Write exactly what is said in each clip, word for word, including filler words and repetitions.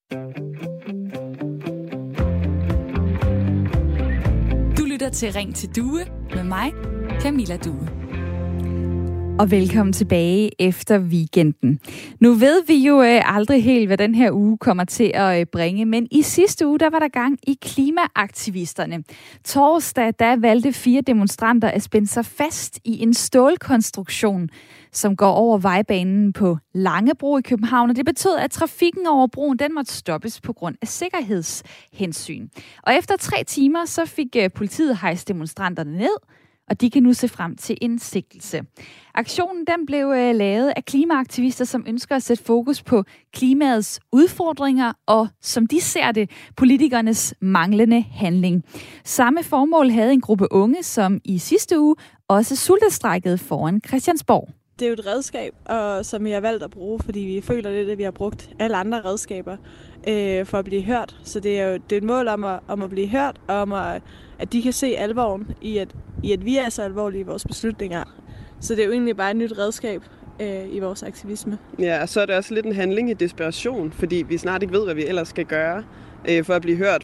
Du lytter til Ring til Due med mig, Camilla Due. Og velkommen tilbage efter weekenden. Nu ved vi jo øh, aldrig helt, hvad den her uge kommer til at øh, bringe, men i sidste uge, der var der gang i klimaaktivisterne. Torsdag, der valgte fire demonstranter at spænde sig fast i en stålkonstruktion, som går over vejbanen på Langebro i København, og det betød, at trafikken over broen, den måtte stoppes på grund af sikkerhedshensyn. Og efter tre timer, så fik øh, politiet hejst demonstranterne ned, og de kan nu se frem til en sigtelse. Aktionen den blev øh, lavet af klimaaktivister, som ønsker at sætte fokus på klimaets udfordringer og, som de ser det, politikernes manglende handling. Samme formål havde en gruppe unge, som i sidste uge også sultestrejkede foran Christiansborg. Det er jo et redskab, og, som vi har valgt at bruge, fordi vi føler lidt, at vi har brugt alle andre redskaber øh, for at blive hørt. Så det er jo det er et mål om at, om at blive hørt, og om at, at de kan se alvoren i at, i, at vi er så alvorlige i vores beslutninger. Så det er jo egentlig bare et nyt redskab øh, i vores aktivisme. Ja, og så er det også lidt en handling i desperation, fordi vi snart ikke ved, hvad vi ellers skal gøre øh, for at blive hørt.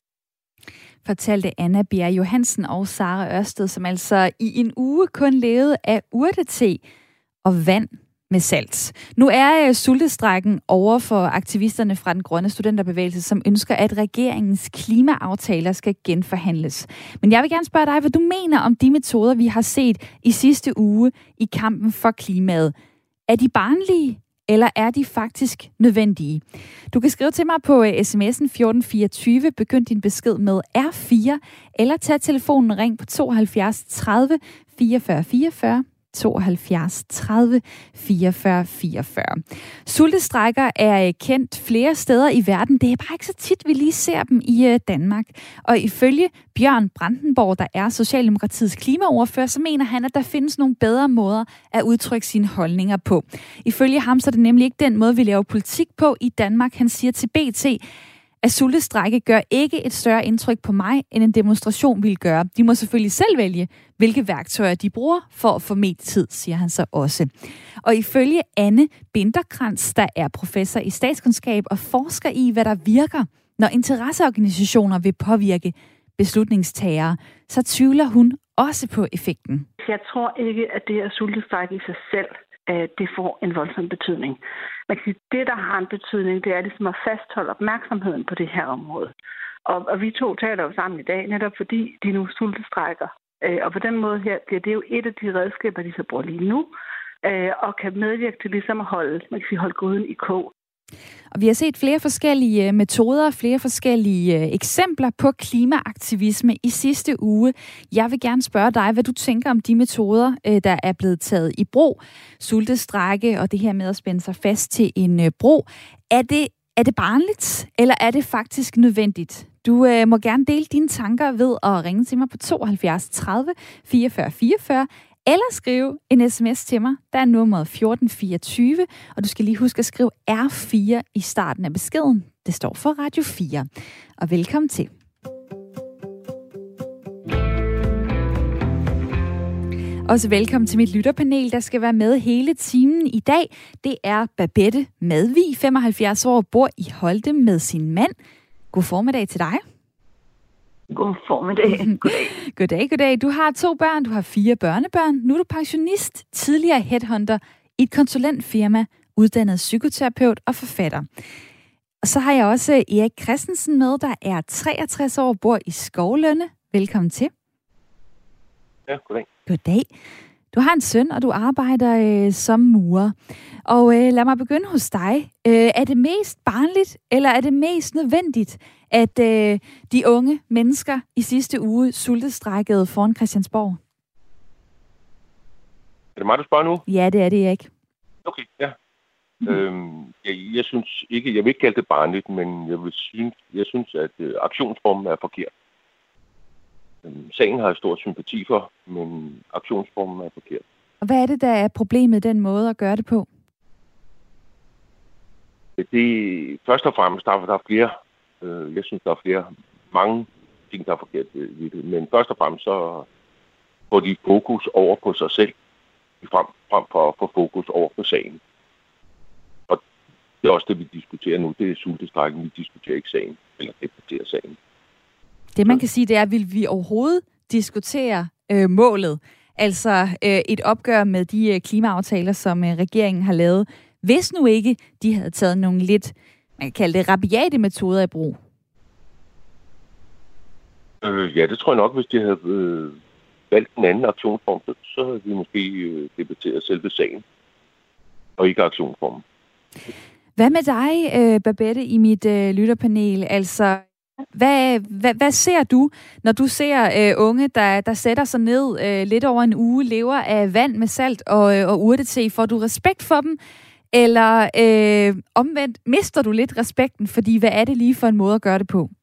Fortalte Anna Bjerg Johansen og Sara Ørsted, som altså i en uge kun levede af urtete og vand med salt. Nu er sultestrejken over for aktivisterne fra den grønne studenterbevægelse, som ønsker, at regeringens klimaaftaler skal genforhandles. Men jeg vil gerne spørge dig, hvad du mener om de metoder, vi har set i sidste uge i kampen for klimaet. Er de barnlige, eller er de faktisk nødvendige? Du kan skrive til mig på sms'en fjorten fireogtyve, begynd din besked med R fire, eller tag telefonen og ring på tooghalvfjerds tredive fireogfyrre fireogfyrre. tooghalvfjerds tredive fireogfyrre fireogfyrre. Sultestrejker er kendt flere steder i verden. Det er bare ikke så tit, vi lige ser dem i Danmark. Og ifølge Bjørn Brandenborg, der er Socialdemokratiets klimaordfører, så mener han, at der findes nogle bedre måder at udtrykke sine holdninger på. Ifølge ham, så er det nemlig ikke den måde, vi laver politik på i Danmark. Han siger til B T, at sultestrejke gør ikke et større indtryk på mig, end en demonstration ville gøre. De må selvfølgelig selv vælge, hvilke værktøjer de bruger for at få mest tid, siger han så også. Og ifølge Anne Binderkrans, der er professor i statskundskab og forsker i, hvad der virker, når interesseorganisationer vil påvirke beslutningstagere, så tvivler hun også på effekten. Jeg tror ikke, at det her sultestrejke i sig selv, det får en voldsom betydning. Man kan sige, det, der har en betydning, det er ligesom at fastholde opmærksomheden på det her område. Og, og vi to taler jo sammen i dag, netop fordi de nu sultestrejker. Og på den måde her bliver det jo et af de redskaber, de så bruger lige nu, og kan medvirke til ligesom at holde, man kan sige, holde gryden i kog. Og vi har set flere forskellige metoder, flere forskellige eksempler på klimaaktivisme i sidste uge. Jeg vil gerne spørge dig, hvad du tænker om de metoder, der er blevet taget i brug. Sultestrejke og det her med at spænde sig fast til en bro. Er det, er det barnligt, eller er det faktisk nødvendigt? Du øh, må gerne dele dine tanker ved at ringe til mig på tooghalvfjerds tredive fireogfyrre fireogfyrre, eller skrive en sms til mig. Der er nummeret fjorten fireogtyve, og du skal lige huske at skrive R fire i starten af beskeden. Det står for Radio fire. Og velkommen til. Også velkommen til mit lytterpanel, der skal være med hele timen i dag. Det er Babette Madvig, femoghalvfjerds år, bor i Holte med sin mand. God formiddag til dig. God formiddag. Goddag. Goddag, goddag. Du har to børn, du har fire børnebørn. Nu er du pensionist, tidligere headhunter i et konsulentfirma, uddannet psykoterapeut og forfatter. Og så har jeg også Erik Christensen med, der er treogtres år, bor i Skovlønne. Velkommen til. Ja, goddag. Goddag. Du har en søn, og du arbejder øh, som murer. Og øh, lad mig begynde hos dig. Øh, er det mest barnligt, eller er det mest nødvendigt, at øh, de unge mennesker i sidste uge sultestrejkede foran Christiansborg? Er det mig, du spørger nu? Ja, det er det ikke. Okay, ja. Mm. Øhm, jeg, jeg synes ikke, jeg vil ikke kalde det barnligt, men jeg, vil synes, jeg synes, at øh, aktionsformen er forkert. Øhm, sagen har jeg stor sympati for, men aktionsformen er forkert. Og hvad er det, der er problemet den måde at gøre det på? Det først og fremmest, der er, der er flere. Øh, jeg synes, der er flere, mange ting, der er forkert ved det. Men først og fremmest så får de fokus over på sig selv, frem, frem for at få fokus over på sagen. Og Det er også det, vi diskuterer nu. Det er sultestrækken. Vi diskuterer ikke sagen, eller debatterer sagen. Det, man kan sige, det er, vil vi overhovedet diskutere øh, målet? Altså øh, et opgør med de øh, klimaaftaler, som øh, regeringen har lavet, hvis nu ikke de havde taget nogle lidt, man kan kalde det, rabiate metoder i brug. Øh, ja, det tror jeg nok, hvis de havde øh, valgt en anden aktionsform, så, så havde vi måske øh, debatteret selve sagen, og ikke aktionsformen. Hvad med dig, øh, Babette, i mit øh, lytterpanel? Altså, hvad, hvad, hvad ser du, når du ser øh, unge, der, der sætter sig ned øh, lidt over en uge, lever af vand med salt og, øh, og urtete? Får du respekt for dem? Eller øh, omvendt, mister du lidt respekten? Fordi hvad er det lige for en måde at gøre det på?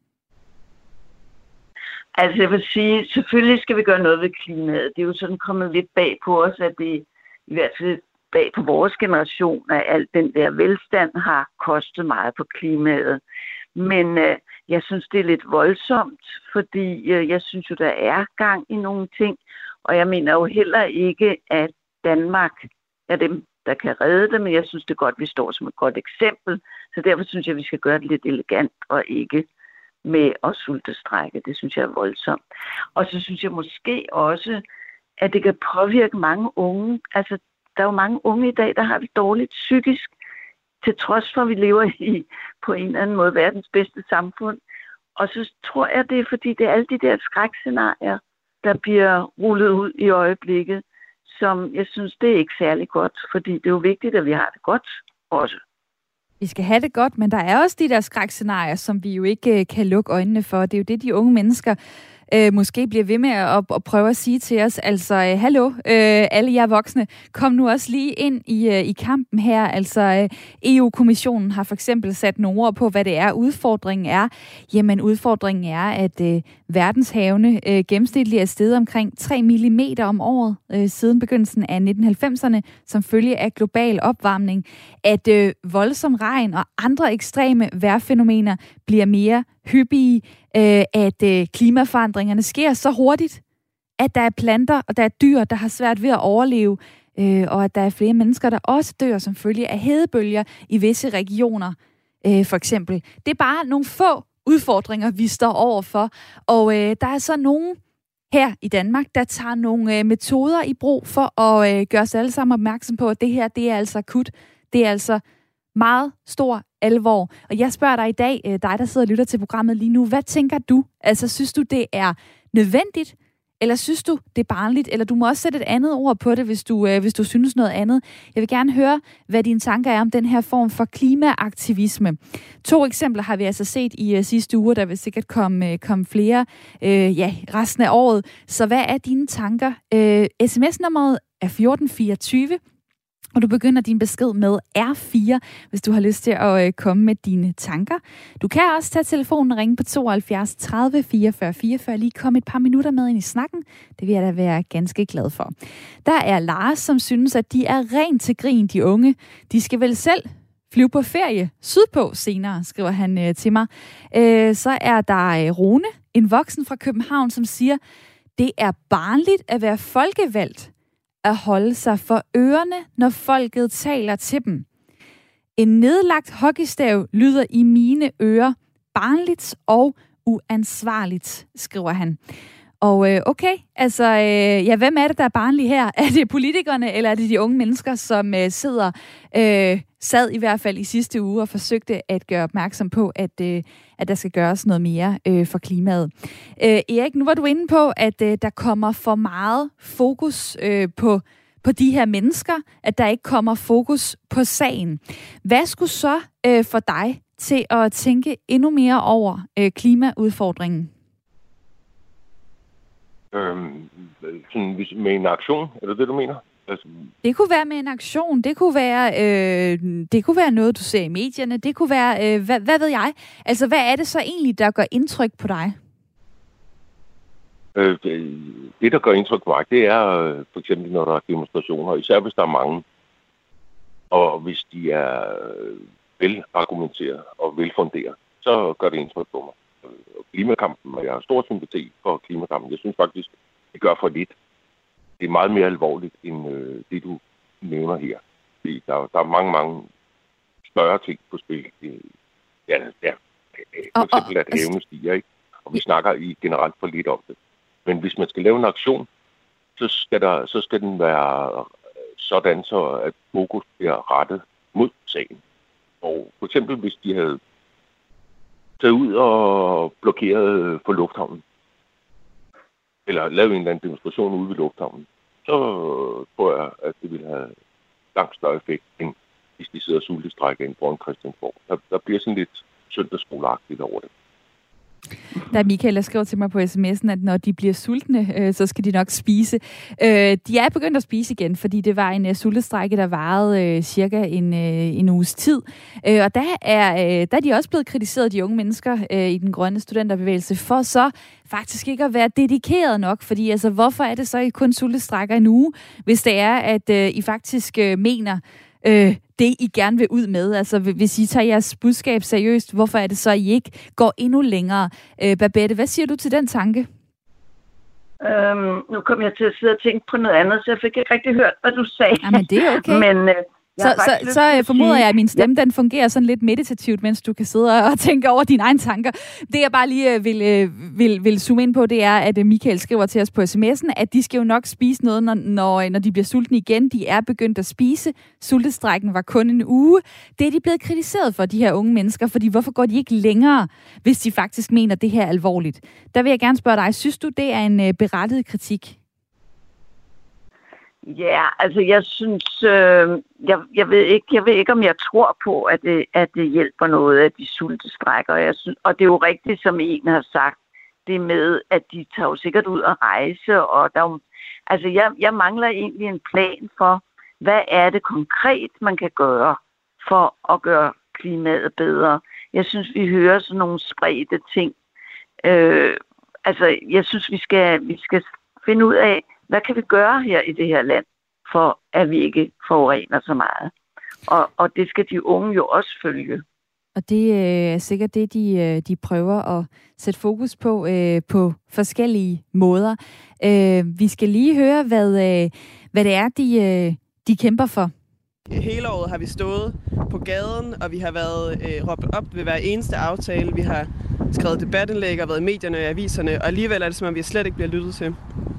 Altså jeg vil sige, selvfølgelig skal vi gøre noget ved klimaet. Det er jo sådan kommet lidt bag på os, at det i hvert fald bag på vores generation, at alt den der velstand har kostet meget på klimaet. Men øh, jeg synes, det er lidt voldsomt, fordi øh, jeg synes jo, der er gang i nogle ting. Og jeg mener jo heller ikke, at Danmark er dem, der kan redde det, men jeg synes, det er godt, vi står som et godt eksempel. Så derfor synes jeg, vi skal gøre det lidt elegant og ikke med at sultestrække. Det synes jeg er voldsomt. Og så synes jeg måske også, at det kan påvirke mange unge. Altså, der er jo mange unge i dag, der har det dårligt psykisk, til trods for, at vi lever i på en eller anden måde verdens bedste samfund. Og så tror jeg, det er fordi, det er alle de der skrækscenarier, der bliver rullet ud i øjeblikket, som jeg synes, det er ikke særlig godt, fordi det er jo vigtigt, at vi har det godt også. Vi skal have det godt, men der er også de der skrækscenarier, som vi jo ikke øh, kan lukke øjnene for. Det er jo det, de unge mennesker øh, måske bliver ved med at, at prøve at sige til os. Altså, øh, hallo, øh, alle jer voksne, kom nu også lige ind i, øh, i kampen her. Altså, øh, E U-kommissionen har for eksempel sat nogle ord på, hvad det er, udfordringen er. Jamen, udfordringen er, at øh, verdenshavene øh, gennemsnitligt er steget omkring tre millimeter om året øh, siden begyndelsen af nitten halvfemserne, som følge af global opvarmning. At øh, voldsom regn og andre ekstreme vejrfænomener bliver mere hyppige, øh, at øh, klimaforandringerne sker så hurtigt, at der er planter og der er dyr, der har svært ved at overleve, øh, og at der er flere mennesker, der også dør som følge af hedebølger i visse regioner, øh, for eksempel. Det er bare nogle få udfordringer, vi står overfor, og øh, der er så nogen her i Danmark, der tager nogle øh, metoder i brug for at øh, gøre os alle sammen opmærksom på, at det her, det er altså akut. Det er altså meget stor alvor. Og jeg spørger dig i dag, dig der sidder og lytter til programmet lige nu, hvad tænker du? Altså, synes du, det er nødvendigt? Eller synes du, det er barnligt? Eller du må også sætte et andet ord på det, hvis du, øh, hvis du synes noget andet. Jeg vil gerne høre, hvad dine tanker er om den her form for klimaaktivisme. To eksempler har vi altså set i uh, sidste uge, der vil sikkert komme, uh, komme flere øh, ja, resten af året. Så hvad er dine tanker? Øh, S M S-nummeret er fjorten fireogtyve. Og du begynder din besked med R fire, hvis du har lyst til at øh, komme med dine tanker. Du kan også tage telefonen og ringe på tooghalvfjerds tredive fireogfyrre fireogfyrre, lige komme et par minutter med ind i snakken. Det vil jeg da være ganske glad for. Der er Lars, som synes, at de er rent til grin, de unge. De skal vel selv flyve på ferie sydpå senere, skriver han øh, til mig. Øh, så er der øh, Rune, en voksen fra København, som siger, det er barnligt at være folkevalgt, at holde sig for ørerne, når folket taler til dem. En nedlagt hockeystav lyder i mine ører barnligt og uansvarligt, skriver han. Og øh, okay, altså, øh, ja, hvem er det, der er barnlige her? Er det politikerne, eller er det de unge mennesker, som øh, sidder, øh, sad i hvert fald i sidste uge og forsøgte at gøre opmærksom på, at, øh, at der skal gøres noget mere øh, for klimaet? Øh, Erik, nu var du inde på, at øh, der kommer for meget fokus øh, på, på de her mennesker, at der ikke kommer fokus på sagen. Hvad skulle så øh, få dig til at tænke endnu mere over øh, klimaudfordringen? Øhm, sådan med en aktion, er det det, du mener? Altså... Det kunne være med en aktion, det kunne være, øh, det kunne være noget, du ser i medierne, det kunne være, øh, hvad, hvad ved jeg? Altså, hvad er det så egentlig, der gør indtryk på dig? Øh, det, der gør indtryk på mig, det er øh, for eksempel, når der er demonstrationer, især hvis der er mange, og hvis de er øh, velargumenteret og velfunderet, så gør det indtryk på mig. Klimakampen, og jeg har stor sympati for klimakampen. Jeg synes faktisk, det gør for lidt. Det er meget mere alvorligt, end øh, det, du nævner her. Der, der er mange, mange større ting på spil. Ja, ja. For eksempel, at havene stiger, ikke? Og vi snakker i generelt for lidt om det. Men hvis man skal lave en aktion, så skal, der, så skal den være sådan, så at fokus bliver rettet mod sagen. Og for eksempel, hvis de havde taget ud og blokeret for lufthavnen, eller lavet en eller anden demonstration ude ved lufthavnen, så tror jeg, at det ville have langt større effekt, end hvis de sidder og sultestrækker ind foran Christiansborg. Der, der bliver sådan lidt søndagsskoleagtigt over det. Der er Michael, der skriver til mig på sms'en, at når de bliver sultne, øh, så skal de nok spise. Øh, de er begyndt at spise igen, fordi det var en uh, sultestrække, der varede øh, cirka en, øh, en uges tid. Øh, og der er, øh, der er de også blevet kritiseret, de unge mennesker øh, i den grønne studenterbevægelse, for så faktisk ikke at være dedikeret nok. Fordi altså, hvorfor er det så, I kun sultestrækker en uge, hvis det er, at øh, I faktisk øh, mener øh, det, I gerne vil ud med? Altså, hvis I tager jeres budskab seriøst, hvorfor er det så, I ikke går endnu længere? Øh, Babette, hvad siger du til den tanke? Øhm, nu kom jeg til at sidde og tænke på noget andet, så jeg fik ikke rigtig hørt, hvad du sagde. Jamen, det er okay. Men, øh, så så, så formoder jeg, at min stemme den fungerer sådan lidt meditativt, mens du kan sidde og tænke over dine egne tanker. Det jeg bare lige vil, vil, vil zoome ind på, det er, at Michael skriver til os på sms'en, at de skal jo nok spise noget, når, når, når de bliver sultne igen. De er begyndt at spise. Sultestrækken var kun en uge. Det er de blevet kritiseret for, de her unge mennesker, fordi hvorfor går de ikke længere, hvis de faktisk mener, det her er alvorligt? Der vil jeg gerne spørge dig, synes du, det er en berettiget kritik? Ja, altså jeg synes, øh, jeg, jeg, ved ikke, jeg ved ikke, om jeg tror på, at det, at det hjælper noget, at de sultestrækker. Jeg synes, og det er jo rigtigt, som en har sagt, det med, at de tager jo sikkert ud og rejse. Og der, altså jeg, jeg mangler egentlig en plan for, hvad er det konkret, man kan gøre for at gøre klimaet bedre. Jeg synes, vi hører sådan nogle spredte ting. Øh, altså jeg synes, vi skal, vi skal finde ud af, hvad kan vi gøre her i det her land, for at vi ikke forurener så meget? Og, og det skal de unge jo også følge. Og det er sikkert det, de, de prøver at sætte fokus på øh, på forskellige måder. Øh, vi skal lige høre, hvad, øh, hvad det er, de, øh, de kæmper for. Hele året har vi stået på gaden, og vi har været øh, råbt op ved hver eneste aftale. Vi har skrevet debatindlæg og været i medierne og i aviserne, og alligevel er det, som om vi slet ikke bliver lyttet til.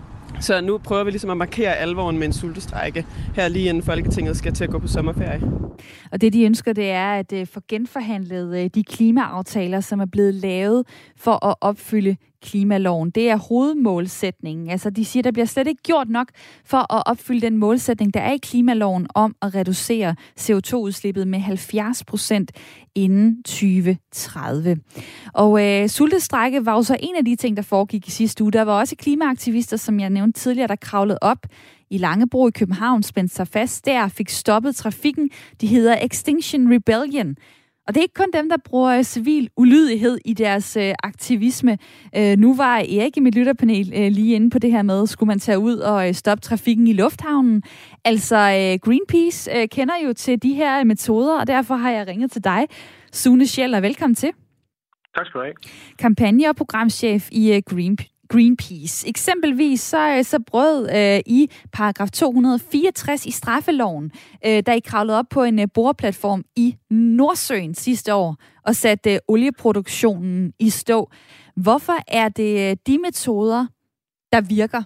Så nu prøver vi ligesom at markere alvoren med en sultestrække her lige inden Folketinget skal til at gå på sommerferie. Og det, de ønsker, det er at få genforhandlet de klimaaftaler, som er blevet lavet for at opfylde klimaloven. Det er hovedmålsætningen. Altså, de siger, der bliver slet ikke gjort nok for at opfylde den målsætning, der er i klimaloven om at reducere C O to udslippet med halvfjerds procent inden tyve tredive. Og øh, sultestrække var jo så en af de ting, der foregik i sidste uge. Der var også klimaaktivister, som jeg nævnte tidligere, der kravlede op i Langebro i København, spændte sig fast der, fik stoppet trafikken. De hedder Extinction Rebellion. Og det er ikke kun dem, der bruger civil ulydighed i deres øh, aktivisme. Øh, nu var Erik i mit lytterpanel øh, lige inde på det her med, skulle man tage ud og øh, stoppe trafikken i lufthavnen. Altså øh, Greenpeace øh, kender jo til de her metoder, og derfor har jeg ringet til dig, Sune Schjeller. Velkommen til. Tak skal du have. Kampagne- og programchef i øh, Greenpeace. Greenpeace. Eksempelvis så, så brød øh, i paragraf to hundrede og fireogtres i straffeloven, øh, da I kravlede op på en øh, boreplatform i Nordsøen sidste år og satte øh, olieproduktionen i stå. Hvorfor er det øh, de metoder, der virker?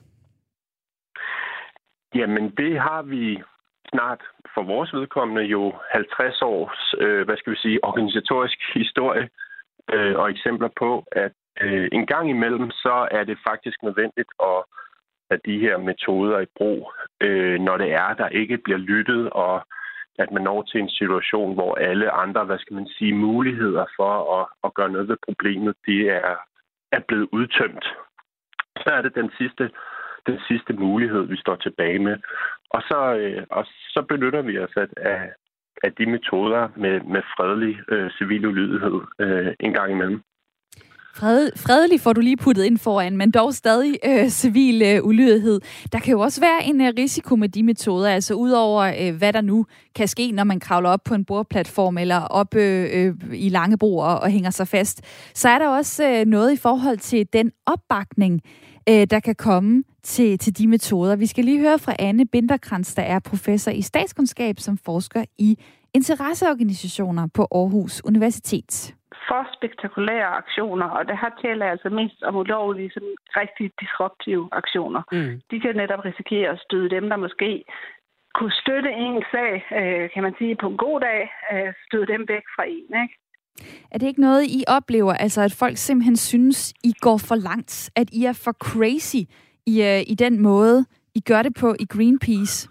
Jamen, det har vi snart for vores vedkommende jo halvtreds års, øh, hvad skal vi sige, organisatorisk historie øh, og eksempler på, at Øh, en gang imellem, så er det faktisk nødvendigt at have de her metoder i brug, øh, når det er, der ikke bliver lyttet, og at man når til en situation, hvor alle andre, hvad skal man sige, muligheder for at, at gøre noget ved problemet, det er, er blevet udtømt. Så er det den sidste, den sidste mulighed, vi står tilbage med. Og så, øh, og så benytter vi os af, af de metoder med, med fredelig øh, civil ulydighed øh, en gang imellem. Fred, fredelig får du lige puttet ind foran, men dog stadig øh, civil øh, ulydighed. Der kan jo også være en øh, risiko med de metoder, altså udover øh, hvad der nu kan ske, når man kravler op på en boreplatform eller op øh, øh, i Langebro og, og hænger sig fast, så er der også øh, noget i forhold til den opbakning, øh, der kan komme til, til de metoder. Vi skal lige høre fra Anne Binderkrans, der er professor i statskundskab, som forsker i interesseorganisationer på Aarhus Universitet. For spektakulære aktioner, og det her taler jeg altså mest om ulovlige, sådan rigtig disruptive aktioner. Mm. De kan netop risikere at støde dem, der måske kunne støtte en sag, øh, kan man sige, på en god dag, øh, støde dem væk fra en, ikke? Er det ikke noget, I oplever, altså at folk simpelthen synes, I går for langt, at I er for crazy i, øh, i den måde, I gør det på i Greenpeace?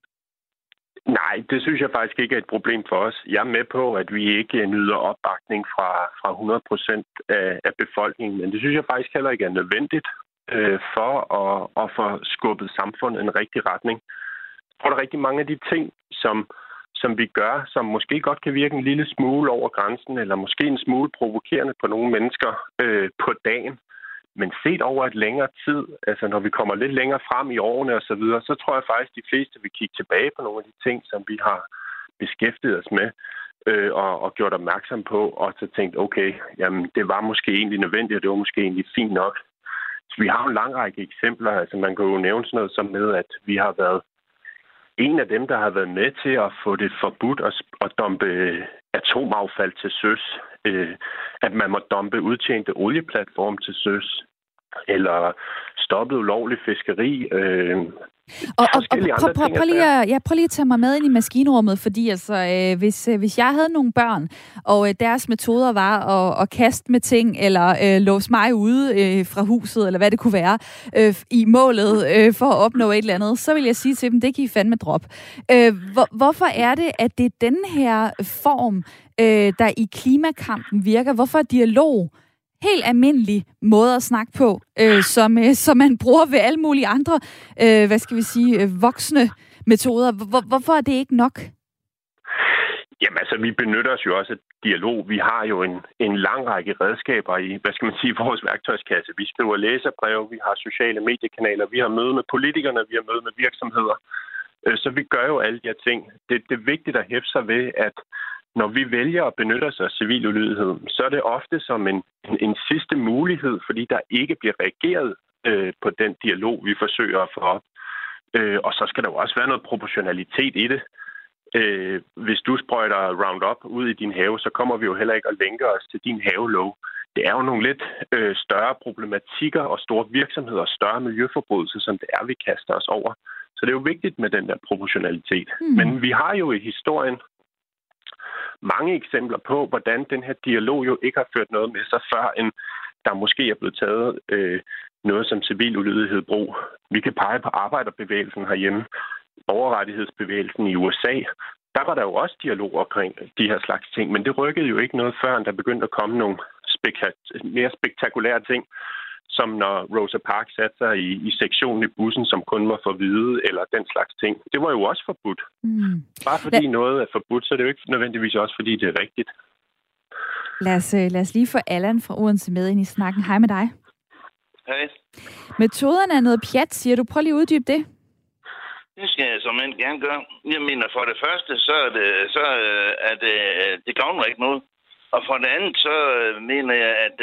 Nej, det synes jeg faktisk ikke er et problem for os. Jeg er med på, at vi ikke nyder opbakning fra, fra hundrede procent af, af befolkningen, men det synes jeg faktisk heller ikke er nødvendigt øh, for at, at få skubbet samfundet i en rigtig retning. Jeg tror, der er rigtig mange af de ting, som, som vi gør, som måske godt kan virke en lille smule over grænsen, eller måske en smule provokerende på nogle mennesker øh, på dagen. Men set over et længere tid, altså når vi kommer lidt længere frem i årene og så videre, så tror jeg faktisk, at de fleste vil kigge tilbage på nogle af de ting, som vi har beskæftiget os med øh, og, og gjort opmærksom på, og så tænkt, okay, jamen det var måske egentlig nødvendigt, og det var måske egentlig fint nok. Så vi har en lang række eksempler, altså man kan jo nævne sådan noget som med, at vi har været en af dem, der har været med til at få det forbudt at, at dumpe atomaffald til søs, øh, at man må dumpe udtjente olieplatform til søs, eller stoppet ulovlig fiskeri. Øh, og, og, og prøv, prøv, prøv, lige at, ja, prøv lige at tage mig med ind i maskinrummet, fordi altså, øh, hvis, øh, hvis jeg havde nogle børn, og øh, deres metoder var at, at kaste med ting, eller øh, låse mig ude øh, fra huset, eller hvad det kunne være, øh, i målet øh, for at opnå et eller andet, så vil jeg sige til dem, det kan I fandme drop. Øh, hvor, hvorfor er det, at det er den her form, øh, der i klimakampen virker? Hvorfor er dialog helt almindelig måde at snakke på, øh, som, øh, som man bruger ved alle mulige andre, øh, hvad skal vi sige, øh, voksne metoder. Hvor, hvorfor er det ikke nok? Jamen altså, vi benytter os jo også af dialog. Vi har jo en, en lang række redskaber i, hvad skal man sige, vores værktøjskasse. Vi skriver læserbreve, vi har sociale mediekanaler, vi har møde med politikerne, vi har møde med virksomheder. Så vi gør jo alle de her ting. Det, det er vigtigt at hæfte sig ved, at når vi vælger at benytte os af civil ulydighed, så er det ofte som en, en, en sidste mulighed, fordi der ikke bliver reageret øh, på den dialog, vi forsøger at få op. Øh, og så skal der jo også være noget proportionalitet i det. Øh, hvis du sprøjter Roundup ud i din have, så kommer vi jo heller ikke at lænke os til din havelov. Det er jo nogle lidt øh, større problematikker og store virksomheder og større miljøforbrydelser, som det er, vi kaster os over. Så det er jo vigtigt med den der proportionalitet. Mm. Men vi har jo i historien mange eksempler på, hvordan den her dialog jo ikke har ført noget med sig, før end der måske er blevet taget øh, noget som civil ulydighed brug. Vi kan pege på arbejderbevægelsen herhjemme, borgerrettighedsbevægelsen i U S A. Der var der jo også dialog omkring de her slags ting, men det rykkede jo ikke noget, før end der begyndte at komme nogle spek- mere spektakulære ting, som når Rosa Parks satte sig i, i sektionen i bussen, som kun var for hvide, eller den slags ting. Det var jo også forbudt. Mm. Bare fordi Lad... noget er forbudt, så er det jo ikke nødvendigvis også, fordi det er rigtigt. Lad os, lad os lige få Allan fra Odense med ind i snakken. Hej med dig. Hej. Metoden er noget pjat, siger du. Prøv lige at uddybe det. Det skal jeg som end gerne gøre. Jeg mener, for det første, så er det, så er det, det gavner ikke noget. Og for det andet, så mener jeg, at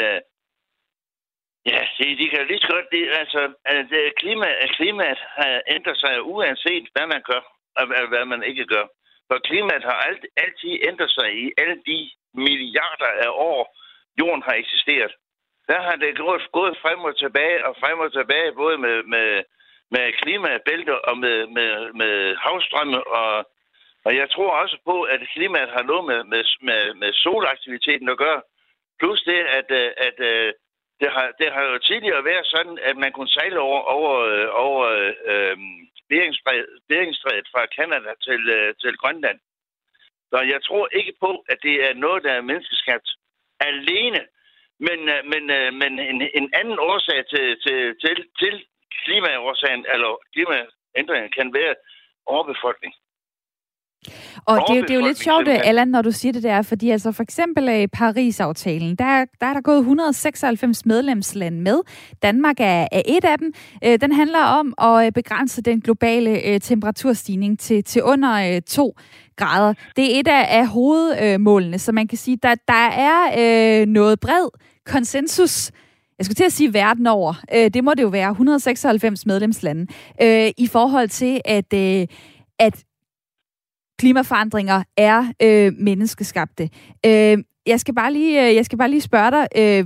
ja, de, de kan lige så godt... Det, altså, at klima, klimaet har ændret sig uanset, hvad man gør, og hvad, hvad man ikke gør. For klimaet har alt, altid ændret sig i alle de milliarder af år, jorden har eksisteret. Der har det gået, gået frem og tilbage, og frem og tilbage, både med, med, med klimabælter og med, med, med havstrømme. Og, og jeg tror også på, at klimaet har noget med, med, med, med solaktiviteten at gøre. Plus det, at... at Det har, det har jo tidligere været sådan, at man kunne sejle over, over, over øh, Beringstrædet fra Canada til, øh, til Grønland. Så jeg tror ikke på, at det er noget, der er menneskeskabt alene. Men, øh, men, øh, men en, en anden årsag til, til, til, til klimaårsagen, eller klimaændringen, kan være overbefolkning. Og det, det er jo lidt sjovt, Allan, når du siger det der, fordi altså for eksempel i Paris-aftalen, der, der er der gået et hundrede og seksoghalvfems medlemslande med. Danmark er, er et af dem. Den handler om at begrænse den globale temperaturstigning til, til under to grader. Det er et af, af hovedmålene, så man kan sige, der, der er øh, noget bred konsensus. Jeg skulle til at sige verden over. Det må det jo være, et hundrede og seksoghalvfems medlemslande, øh, i forhold til, at, øh, at klimaforandringer er øh, menneskeskabte. Øh, jeg skal bare lige, øh, jeg skal bare lige spørge dig, øh,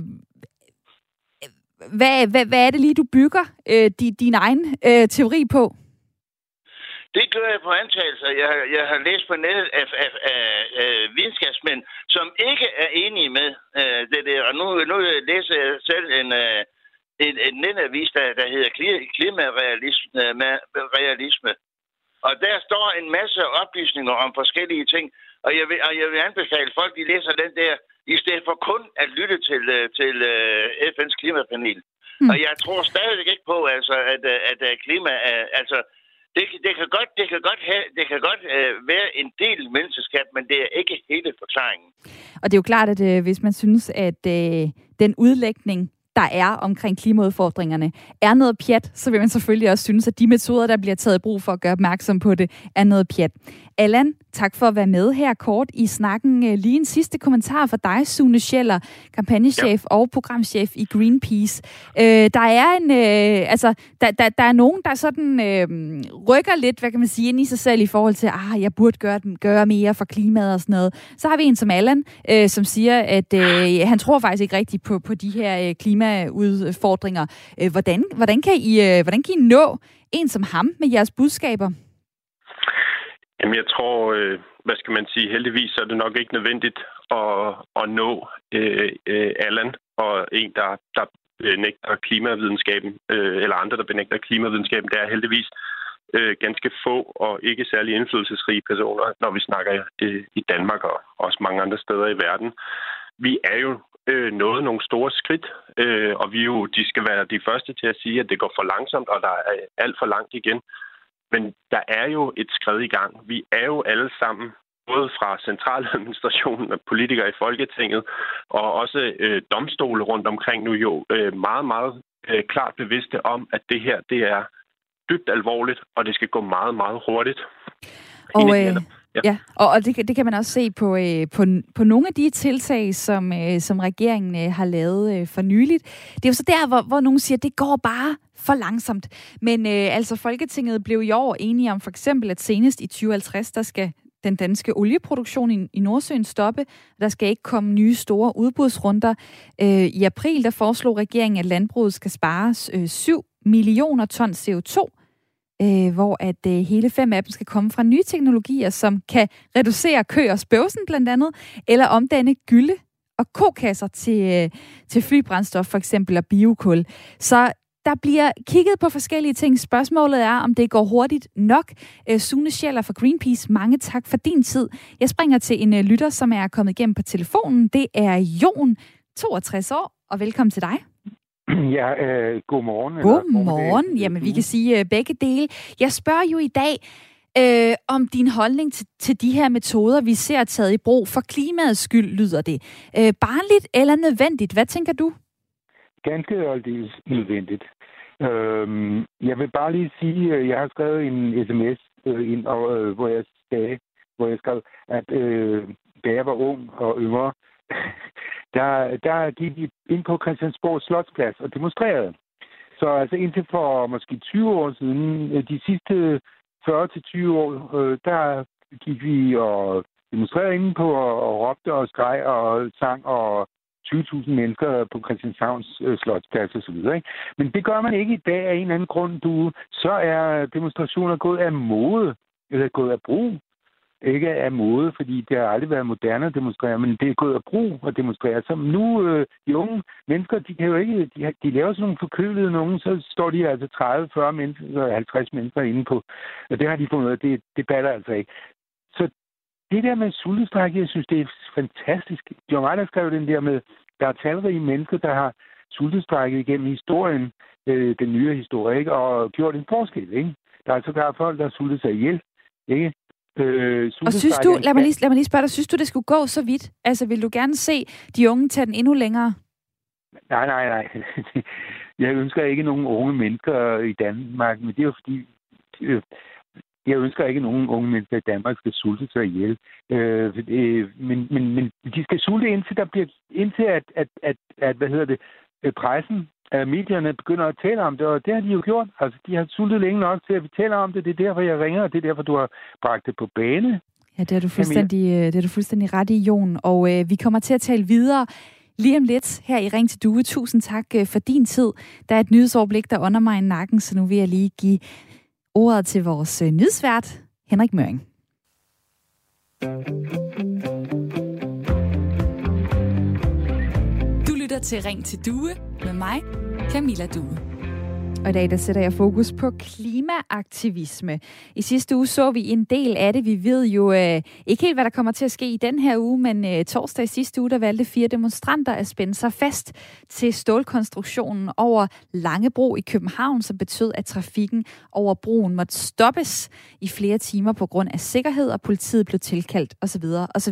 hvad, hvad, hvad er det lige, du bygger øh, din, din egen øh, teori på? Det gør jeg på antagelser. Jeg, jeg har læst på nettet af, af, af, af videnskabsmænd, som ikke er enige med øh, det der. Og nu, nu læser jeg selv en, øh, en, en netavis, der, der hedder klimarealisme. Og der står en masse oplysninger om forskellige ting. Og jeg vil, og jeg vil anbefale folk, de læser den der, i stedet for kun at lytte til, til uh, F N's klimapanel. Mm. Og jeg tror stadigvæk ikke på, altså, at, at, at klima er... Altså, det, det kan godt, det kan godt, have, det kan godt uh, være en del menneskeskab, men det er ikke hele forklaringen. Og det er jo klart, at uh, hvis man synes, at uh, den udlægning, der er omkring klimaudfordringerne, er noget pjat, så vil man selvfølgelig også synes, at de metoder, der bliver taget i brug for at gøre opmærksom på det, er noget pjat. Allan, tak for at være med her kort i snakken. Lige en sidste kommentar fra dig, Sune Scheller, kampagnechef ja. og programchef i Greenpeace. Øh, der er en, øh, altså, der, der, der er nogen, der sådan øh, rykker lidt, hvad kan man sige, ind i sig selv i forhold til, ah, jeg burde gøre, gøre mere for klimaet og sådan noget. Så har vi en som Allan, øh, som siger, at øh, han tror faktisk ikke rigtigt på, på de her øh, klimaudfordringer. Øh, hvordan, hvordan, kan I, øh, hvordan kan I nå en som ham med jeres budskaber? Jamen, jeg tror, øh, hvad skal man sige, heldigvis er det nok ikke nødvendigt at, at nå øh, øh, Allan og en, der, der benægter klimavidenskaben, øh, eller andre, der benægter klimavidenskaben. Det er heldigvis øh, ganske få og ikke særlig indflydelsesrige personer, når vi snakker øh, i Danmark og også mange andre steder i verden. Vi er jo øh, nået nogle store skridt, øh, og vi jo, de skal være de første til at sige, at det går for langsomt, og der er alt for langt igen. Men der er jo et skridt i gang. Vi er jo alle sammen, både fra centraladministrationen og politikere i Folketinget, og også øh, domstole rundt omkring nu jo øh, meget, meget øh, klart bevidste om, at det her, det er dybt alvorligt, og det skal gå meget, meget hurtigt. Og, øh, ja. Ja, og, og det, det kan man også se på, øh, på, på nogle af de tiltag, som, øh, som regeringen øh, har lavet øh, for nyligt. Det er jo så der, hvor, hvor nogen siger, at det går bare for langsomt. Men øh, altså Folketinget blev i år enige om for eksempel, at senest i tyve halvtreds, der skal den danske olieproduktion i, i Nordsøen stoppe. Der skal ikke komme nye store udbudsrunder. Øh, I april, der foreslog regeringen, at landbruget skal spare øh, syv millioner ton C O to, øh, hvor at øh, hele fem af dem skal komme fra nye teknologier, som kan reducere kø og spøvsen blandt andet, eller omdanne gylde og kokasser til, øh, til flybrændstof for eksempel og biokul. Så der bliver kigget på forskellige ting. Spørgsmålet er, om det går hurtigt nok. Sune Scheller fra Greenpeace, mange tak for din tid. Jeg springer til en lytter, som er kommet igennem på telefonen. Det er Jon, toogtres år, og velkommen til dig. Ja, øh, godmorgen. Godmorgen. Jamen, vi kan sige uh, begge dele. Jeg spørger jo i dag øh, om din holdning til, til de her metoder, vi ser taget i brug. For klimaets skyld lyder det. Øh, barnligt eller nødvendigt? Hvad tænker du? Ganske aldeles nødvendigt. Øhm, jeg vil bare lige sige, at jeg har skrevet en sms øh, ind, og, øh, hvor jeg sagde, hvor jeg skrev, at øh, da jeg var ung og yngre, der, der gik de ind på Christiansborg Slotsplads og demonstrerede. Så altså indtil for måske tyve år siden, de sidste fyrre til tyve år, øh, der gik vi og demonstrerede inde på og, og råbte og skreg og sang og tyve tusind mennesker på Christianshavns øh, Slotsplads og så videre, ikke? Men det gør man ikke i dag af en eller anden grund. Du, så er demonstrationer gået af mode, eller gået af brug. Ikke af mode, fordi det har aldrig været moderne at demonstrere, men det er gået af brug at demonstrere. Så nu, øh, de unge mennesker, de kan jo ikke, de, de laver sådan nogle forkølede nogen, så står de altså tredive, fyrre mennesker, halvtreds mennesker inde på. Og det har de fundet ud af, det, det batter altså ikke. Så det der med sultestrække, jeg synes, det er fantastisk. Det var mig, der skrev den der med, der er talrige mennesker, der har sultestrækket igennem historien, øh, den nye historie, ikke? Og gjort en forskel, ikke? Der er altså der er folk, der har sultet sig ihjel, ikke? Øh, og synes du, lad mig, lige, lad mig lige spørge dig, synes du, det skulle gå så vidt? Altså, vil du gerne se de unge tage den endnu længere? Nej, nej, nej. Jeg ønsker ikke nogen unge mennesker i Danmark, men det er jo fordi... Øh, Jeg ønsker ikke, at nogen unge mennesker i Danmark skal sulte sig ihjel. Øh, øh, men, men, men de skal sulte indtil, der bliver, indtil at, at, at, at, hvad hedder det, pressen, at medierne begynder at tale om det, og det har de jo gjort. Altså, de har sultet længe nok til, at vi taler om det. Det er derfor, jeg ringer, og det er derfor, du har bragt det på bane. Ja, det er du fuldstændig, det er du fuldstændig ret i, Jon. Og øh, vi kommer til at tale videre lige om lidt her i Ring til Due. Tusind tak øh, for din tid. Der er et nyhedsoverblik, der under mig i nakken, så nu vil jeg lige give ordet til vores øh, nyhedsvært, Henrik Møring. Du lytter til Ring til Due med mig, Camilla Due. Og i dag der sætter jeg fokus på klimaaktivisme. I sidste uge så vi en del af det. Vi ved jo øh, ikke helt, hvad der kommer til at ske i den her uge, men øh, torsdag i sidste uge, der valgte fire demonstranter at spænde sig fast til stålkonstruktionen over Langebro i København, som betød, at trafikken over broen måtte stoppes i flere timer på grund af sikkerhed, og politiet blev tilkaldt osv. osv.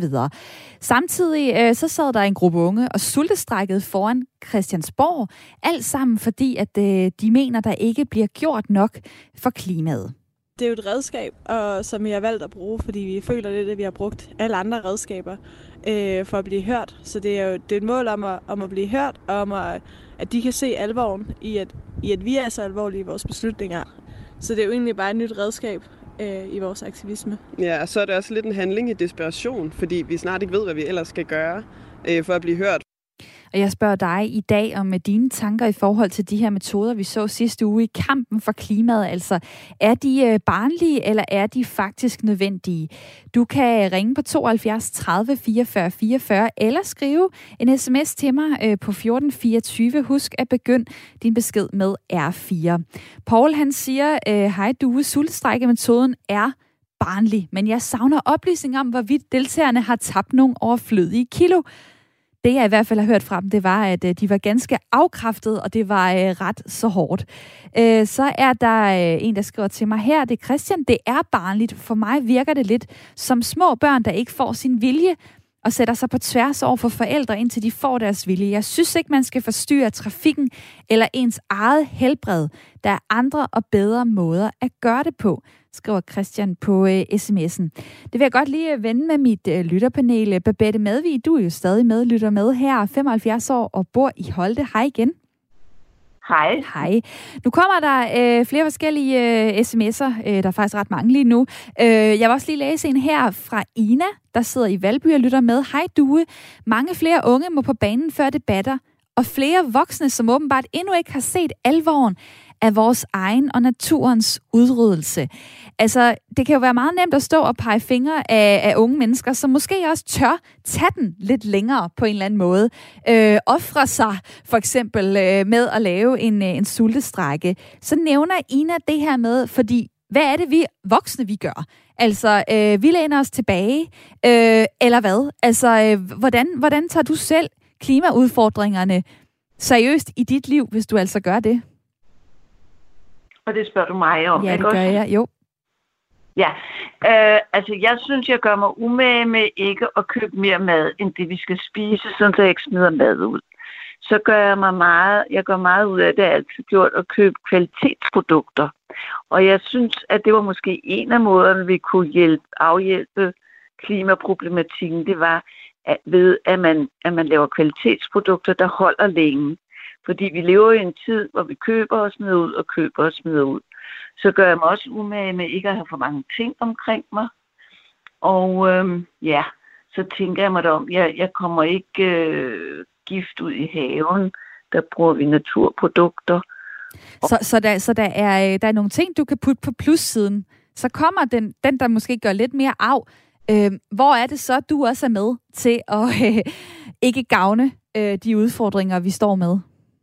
Samtidig øh, så sad der en gruppe unge og sultestrækkede foran Christiansborg, alt sammen fordi, at øh, de mener, der ikke bliver gjort nok for klimaet. Det er jo et redskab, og, som vi har valgt at bruge, fordi vi føler lidt, at vi har brugt alle andre redskaber øh, for at blive hørt. Så det er jo det er et mål om at, om at blive hørt, og om at, at de kan se alvoren i at, i, at vi er så alvorlige i vores beslutninger. Så det er jo egentlig bare et nyt redskab øh, i vores aktivisme. Ja, og så er det også lidt en handling i desperation, fordi vi snart ikke ved, hvad vi ellers skal gøre øh, for at blive hørt. Og jeg spørger dig i dag om dine tanker i forhold til de her metoder, vi så sidste uge i kampen for klimaet. Altså, er de barnlige, eller er de faktisk nødvendige? Du kan ringe på tooghalvfjerds tredive fireogfyrre fireogfyrre, eller skrive en sms til mig på fjorten fireogtyve. Husk at begynde din besked med R fire. Paul, han siger, hej Due, sultestrækkemetoden er barnlig, men jeg savner oplysning om, hvorvidt deltagerne har tabt nogle overflødige kilo. Det, jeg i hvert fald har hørt fra dem, det var, at de var ganske afkræftede, og det var øh, ret så hårdt. Øh, så er der øh, en, der skriver til mig her, det er Christian, det er barnligt. For mig virker det lidt som små børn, der ikke får sin vilje, og sætter sig på tværs over for forældre, indtil de får deres vilje. Jeg synes ikke, man skal forstyrre trafikken eller ens eget helbred. Der er andre og bedre måder at gøre det på, skriver Christian på øh, sms'en. Det vil jeg godt lige vende med mit øh, lytterpanel. Babette Madvig, du er jo stadig med, lytter med her, femoghalvfjerds år og bor i Holte. Hej igen. Hej. Hej. Nu kommer der øh, flere forskellige øh, sms'er. Øh, der er faktisk ret mange lige nu. Øh, jeg vil også lige læse en her fra Ina, der sidder i Valby og lytter med. Hej Due. Mange flere unge må på banen før debatter, og flere voksne, som åbenbart endnu ikke har set alvoren af vores egen og naturens udryddelse. Altså, det kan jo være meget nemt at stå og pege fingre af, af unge mennesker, som måske også tør tage den lidt længere på en eller anden måde. Øh, ofre sig for eksempel øh, med at lave en, en sultestrække. Så nævner Ina det her med, fordi hvad er det vi voksne vi gør? Altså, øh, vi læner os tilbage, øh, eller hvad? Altså, øh, hvordan, hvordan tager du selv klimaudfordringerne seriøst i dit liv, hvis du altså gør det? Og det spørger du mig om, ja, ikke det gør også? jeg, jo. Ja, øh, altså jeg synes, jeg gør mig umage med ikke at købe mere mad, end det vi skal spise, sådan så jeg ikke smider mad ud. Så gør jeg mig meget, jeg gør meget ud af det, jeg altid gjort, at købe kvalitetsprodukter. Og jeg synes, at det var måske en af måderne, vi kunne hjælpe, afhjælpe klimaproblematikken, det var at ved, at man, at man laver kvalitetsprodukter, der holder længe. Fordi vi lever i en tid, hvor vi køber og smider ud, og køber og smider ud. Så gør jeg mig også umage med ikke at have for mange ting omkring mig. Og øhm, ja, så tænker jeg mig da om, jeg, jeg kommer ikke øh, gift ud i haven. Der bruger vi naturprodukter. Så, så, der, så der, er, der er nogle ting, du kan putte på plussiden. Så kommer den, den der måske gør lidt mere af. Øh, hvor er det så, du også er med til at øh, ikke gavne øh, de udfordringer, vi står med?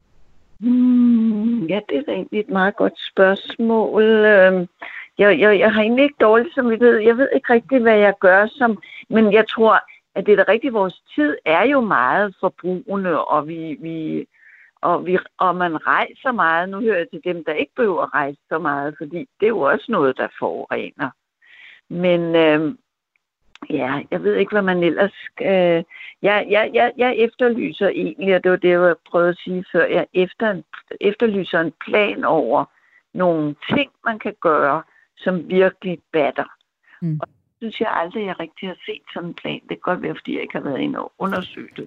Hmm, ja, det er egentlig et meget godt spørgsmål. Jeg, jeg, jeg har egentlig ikke dårligt samvittighed. Jeg ved ikke rigtig, hvad jeg gør som... Men jeg tror, at det er da rigtigt. Vores tid er jo meget forbrugende, og vi... vi og, vi, og man rejser meget. Nu hører jeg til dem, der ikke behøver at rejse så meget, fordi det er jo også noget, der forurener. Men... Øh, Ja, jeg ved ikke, hvad man ellers skal... Jeg, jeg, jeg, jeg efterlyser egentlig, og det var det, jeg prøvede at sige før, jeg efter, efterlyser en plan over nogle ting, man kan gøre, som virkelig batter. Mm. Og det synes jeg aldrig, jeg rigtig har set sådan en plan. Det kan godt være, fordi jeg ikke har været inde og undersøgt det.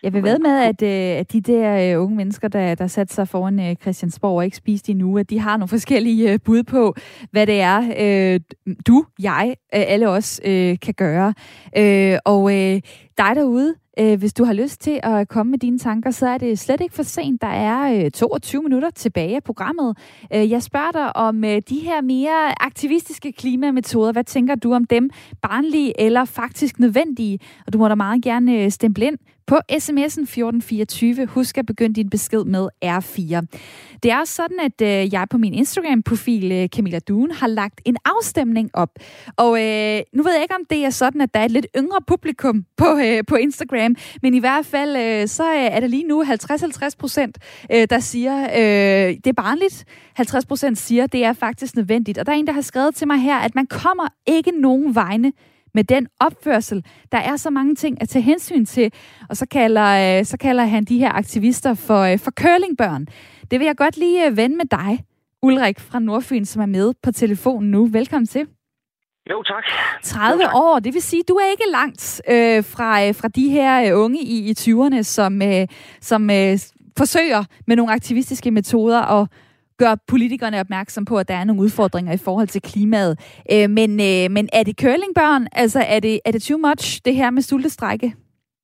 Jeg vil ved med, at, at de der unge mennesker, der, der satte sig foran Christiansborg og ikke spiste endnu, at de har nogle forskellige bud på, hvad det er, øh, du, jeg, alle os øh, kan gøre. Øh, og øh, dig derude, øh, hvis du har lyst til at komme med dine tanker, så er det slet ikke for sent. Der er øh, toogtyve minutter tilbage af programmet. Øh, jeg spørger dig om øh, de her mere aktivistiske klimametoder. Hvad tænker du om dem? Barnlige eller faktisk nødvendige? Og du må da meget gerne øh, stemple ind på sms'en fjorten fireogtyve. Husk at begynde din besked med R fire. Det er også sådan, at øh, jeg på min Instagram-profil, øh, Camilla Duen, har lagt en afstemning op. Og øh, nu ved jeg ikke, om det er sådan, at der er et lidt yngre publikum på, øh, på Instagram, men i hvert fald, øh, så er det lige nu halvtreds til halvtreds procent, øh, der siger, øh, det er barnligt. halvtreds procent siger, det er faktisk nødvendigt. Og der er en, der har skrevet til mig her, at man kommer ikke nogen vegne med den opførsel. Der er så mange ting at tage hensyn til, og så kalder, øh, så kalder han de her aktivister for, øh, for curlingbørn. Det vil jeg godt lige øh, vende med dig, Ulrik fra Nordfyn, som er med på telefonen nu. Velkommen til. Jo, tak. tredive jo, tak. år, det vil sige, du er ikke langt øh, fra, øh, fra de her øh, unge i, i tyverne, som, øh, som øh, forsøger med nogle aktivistiske metoder at gør politikerne opmærksom på, at der er nogle udfordringer i forhold til klimaet. Øh, men, øh, men er det curlingbørn? Altså, er det, er det too much, det her med sultestrække?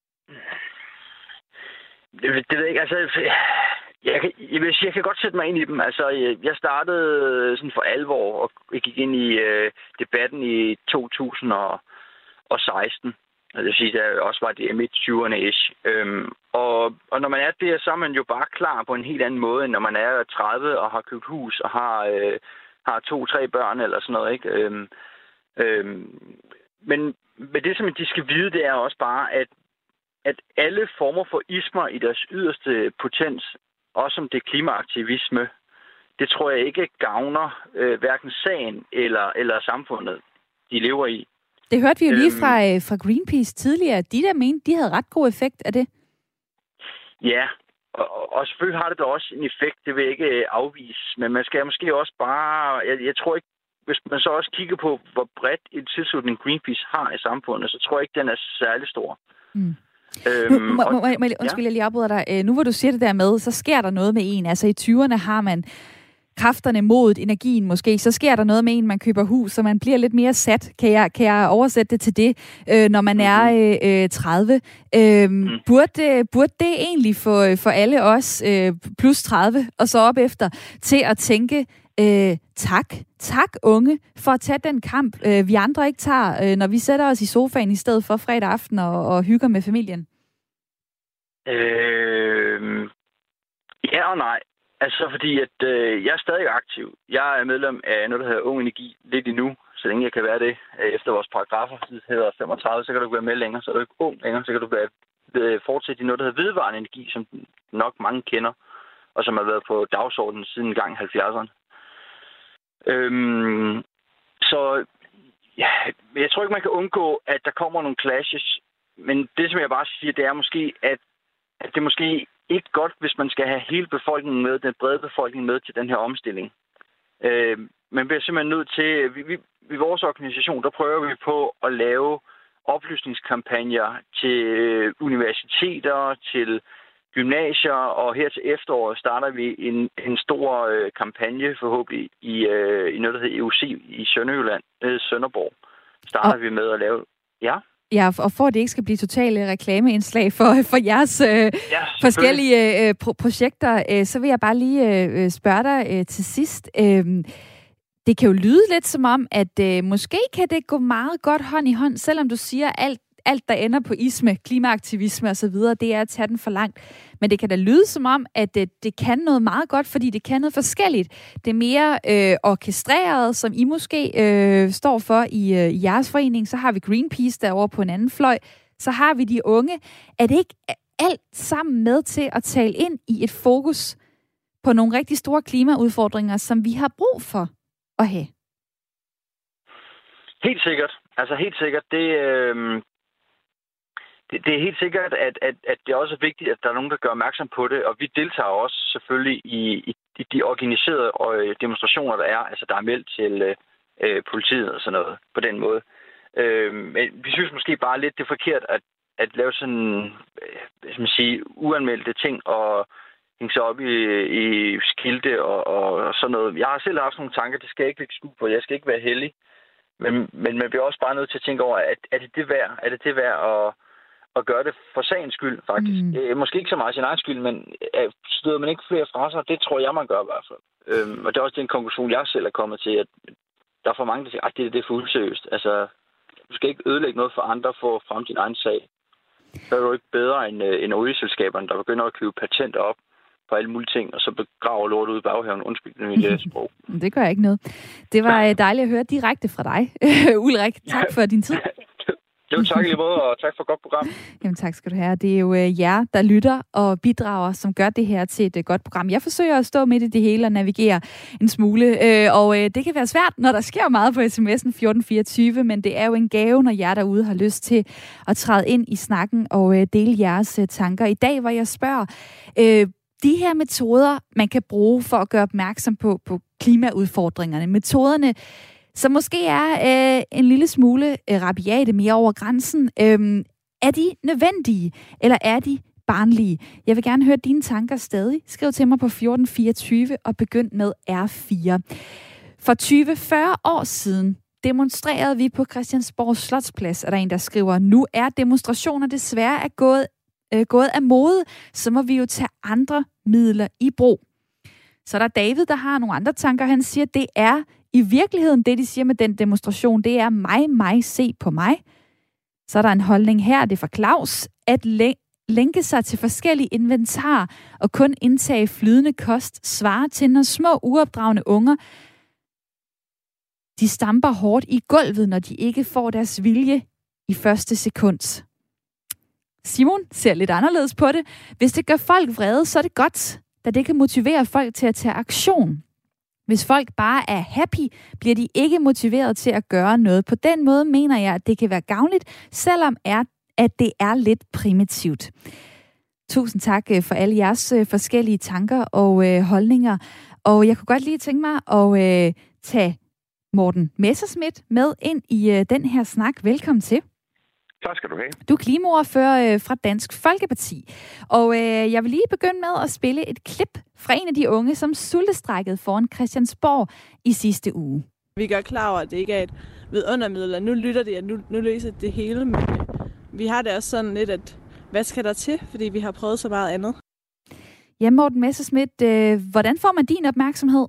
Det, det ved jeg ikke. Altså, jeg, kan, jeg, vil sige, jeg kan godt sætte mig ind i dem. Altså, jeg startede sådan for alvor, og jeg gik ind i øh, debatten i to tusind og seksten. Det vil sige, der også var det midt tyverne-ish. Øhm, og, og når man er der, så er man jo bare klar på en helt anden måde, end når man er tredive og har købt hus og har, øh, har to-tre børn eller sådan noget, ikke? Øhm, øhm, men, men det, som de skal vide, det er også bare, at, at alle former for ismer i deres yderste potens, også som det klimaaktivisme, det tror jeg ikke gavner øh, hverken sagen eller, eller samfundet, de lever i. Det hørte vi jo lige fra, fra Greenpeace tidligere. De der mente, de havde ret god effekt af det. Ja, og, og selvfølgelig har det da også en effekt, det vil jeg ikke afvise. Men man skal måske også bare... Jeg, jeg tror ikke, hvis man så også kigger på, hvor bredt en tilslutning Greenpeace har i samfundet, så tror jeg ikke, den er særlig stor. Mm. Øhm, nu, må, og, må, må, undskyld, ja. Jeg lige afbryder dig. Nu hvor du siger det der med, så sker der noget med en. Altså i tyverne har man kræfterne, modet, energien måske, så sker der noget med en, man køber hus, så man bliver lidt mere sat. Kan jeg, kan jeg oversætte det til det, øh, når man mm-hmm. er øh, tredive? Øh, mm. burde, burde det egentlig for, for alle os øh, plus tredive og så op efter til at tænke, øh, tak, tak unge, for at tage den kamp, øh, vi andre ikke tager, øh, når vi sætter os i sofaen i stedet for fredag aften og, og hygger med familien? Øh, ja og nej. Altså fordi, at øh, jeg er stadig aktiv. Jeg er medlem af noget, der hedder Ung Energi lidt endnu, så længe jeg kan være det. Efter vores paragrafer, det hedder femogtredive, så kan du ikke være med længere, så er du ikke ung længere, så kan du være, øh, fortsætte i noget, der hedder vedvarende energi, som nok mange kender, og som har været på dagsordenen siden gang halvfjerdserne. Øhm, så ja, jeg tror ikke, man kan undgå, at der kommer nogle clashes, men det, som jeg bare siger, det er måske, at, at det måske ikke godt, hvis man skal have hele befolkningen med, den brede befolkning med til den her omstilling. Øh, man bliver simpelthen nødt til, vi, vi, i vores organisation, der prøver vi på at lave oplysningskampagner til universiteter, til gymnasier, og her til efteråret starter vi en, en stor øh, kampagne forhåbentlig i, øh, i noget, der hedder E U C i Sønderjylland, øh, Sønderborg. Starter og... vi med at lave... Ja. Ja, og for at det ikke skal blive totale reklameindslag for, for jeres øh, ja, forskellige øh, pro- projekter, øh, så vil jeg bare lige øh, spørge dig øh, til sidst. Øh, det kan jo lyde lidt som om, at øh, måske kan det gå meget godt hånd i hånd, selvom du siger, alt, alt der ender på isme, klimaaktivisme osv., det er at tage den for langt. Men det kan da lyde som om, at det, det kan noget meget godt, fordi det kan noget forskelligt. Det er mere øh, orkestreret, som I måske øh, står for i, øh, i jeres forening. Så har vi Greenpeace derovre på en anden fløj. Så har vi de unge. Er det ikke alt sammen med til at tale ind i et fokus på nogle rigtig store klimaudfordringer, som vi har brug for at have? Helt sikkert. Altså helt sikkert. Det... Øh... Det, det er helt sikkert, at, at, at det også er vigtigt, at der er nogen, der gør opmærksom på det, og vi deltager også selvfølgelig i, i, i de organiserede demonstrationer, der er, altså der er meldt til øh, politiet og sådan noget på den måde. Øh, men vi synes måske bare lidt, det er forkert, at at lave sådan, hvad skal man sige, uanmeldte ting og hænge sig op i, i skilte og, og, og sådan noget. Jeg har selv haft nogle tanker, det skal jeg ikke lægge skue på, jeg skal ikke være heldig. Men, men man bliver også bare nødt til at tænke over, at er det det værd? Er det det værd at, at gøre det for sagens skyld, faktisk? Mm. Eh, måske ikke så meget sin egen skyld, men eh, støder man ikke flere fra sig? Det tror jeg, man gør i hvert fald. Øhm, og det er også den konklusion, jeg selv er kommet til, at der er for mange, der siger, at det, det er for useriøst. Altså, du skal ikke ødelægge noget for andre for at fremme din egen sag. Så er du ikke bedre end, end olieselskaberne, der begynder at købe patenter op på alle mulige ting, og så begraver lort ud i baghaven. Undskyld, det er mit sprog. Det gør ikke noget. Det var dejligt at høre direkte fra dig, Ulrik. Tak for din tid. Jo, tak i lige måde, og tak for et godt program. Jamen tak skal du have. Det er jo øh, jer, der lytter og bidrager, som gør det her til et øh, godt program. Jeg forsøger at stå midt i det hele og navigere en smule, øh, og øh, det kan være svært, når der sker meget på sms'en fjorten fireogtyve, men det er jo en gave, når jer derude har lyst til at træde ind i snakken og øh, dele jeres øh, tanker. I dag, hvor jeg spørger, øh, de her metoder, man kan bruge for at gøre opmærksom på, på klimaudfordringerne, metoderne, som måske er øh, en lille smule øh, rabiate, mere over grænsen. Øhm, er de nødvendige, eller er de barnlige? Jeg vil gerne høre dine tanker stadig. Skriv til mig på fjorten fireogtyve og begynd med R fire. For tyve til fyrre år siden demonstrerede vi på Christiansborg Slotsplads, er der en, der skriver, nu er demonstrationer desværre er gået, øh, gået af mode, så må vi jo tage andre midler i brug. Så er der David, der har nogle andre tanker. Han siger, det er i virkeligheden, det de siger med den demonstration, det er mig, mig, se på mig. Så er der en holdning her, det er fra Claus, at lænke sig til forskellige inventarer og kun indtage flydende kost svarer til, når små uopdragne unger, de stamper hårdt i gulvet, når de ikke får deres vilje i første sekund. Simon ser lidt anderledes på det. Hvis det gør folk vrede, så er det godt, da det kan motivere folk til at tage aktion. Hvis folk bare er happy, bliver de ikke motiveret til at gøre noget. På den måde mener jeg, at det kan være gavnligt, selvom er, at det er lidt primitivt. Tusind tak for alle jeres forskellige tanker og øh, holdninger. Og jeg kunne godt lige tænke mig at øh, tage Morten Messerschmidt med ind i øh, den her snak. Velkommen til. Tak skal du have. Du er klimaordfører øh, fra Dansk Folkeparti. Og øh, jeg vil lige begynde med at spille et klip fra en af de unge, som sultestrækkede foran Christiansborg i sidste uge. Vi gør klar over, at det ikke er et vidundermiddel, og nu lytter det, at nu, nu løser det hele. Men øh, vi har det også sådan lidt, at hvad skal der til, fordi vi har prøvet så meget andet. Ja, Morten Messerschmidt, øh, hvordan får man din opmærksomhed?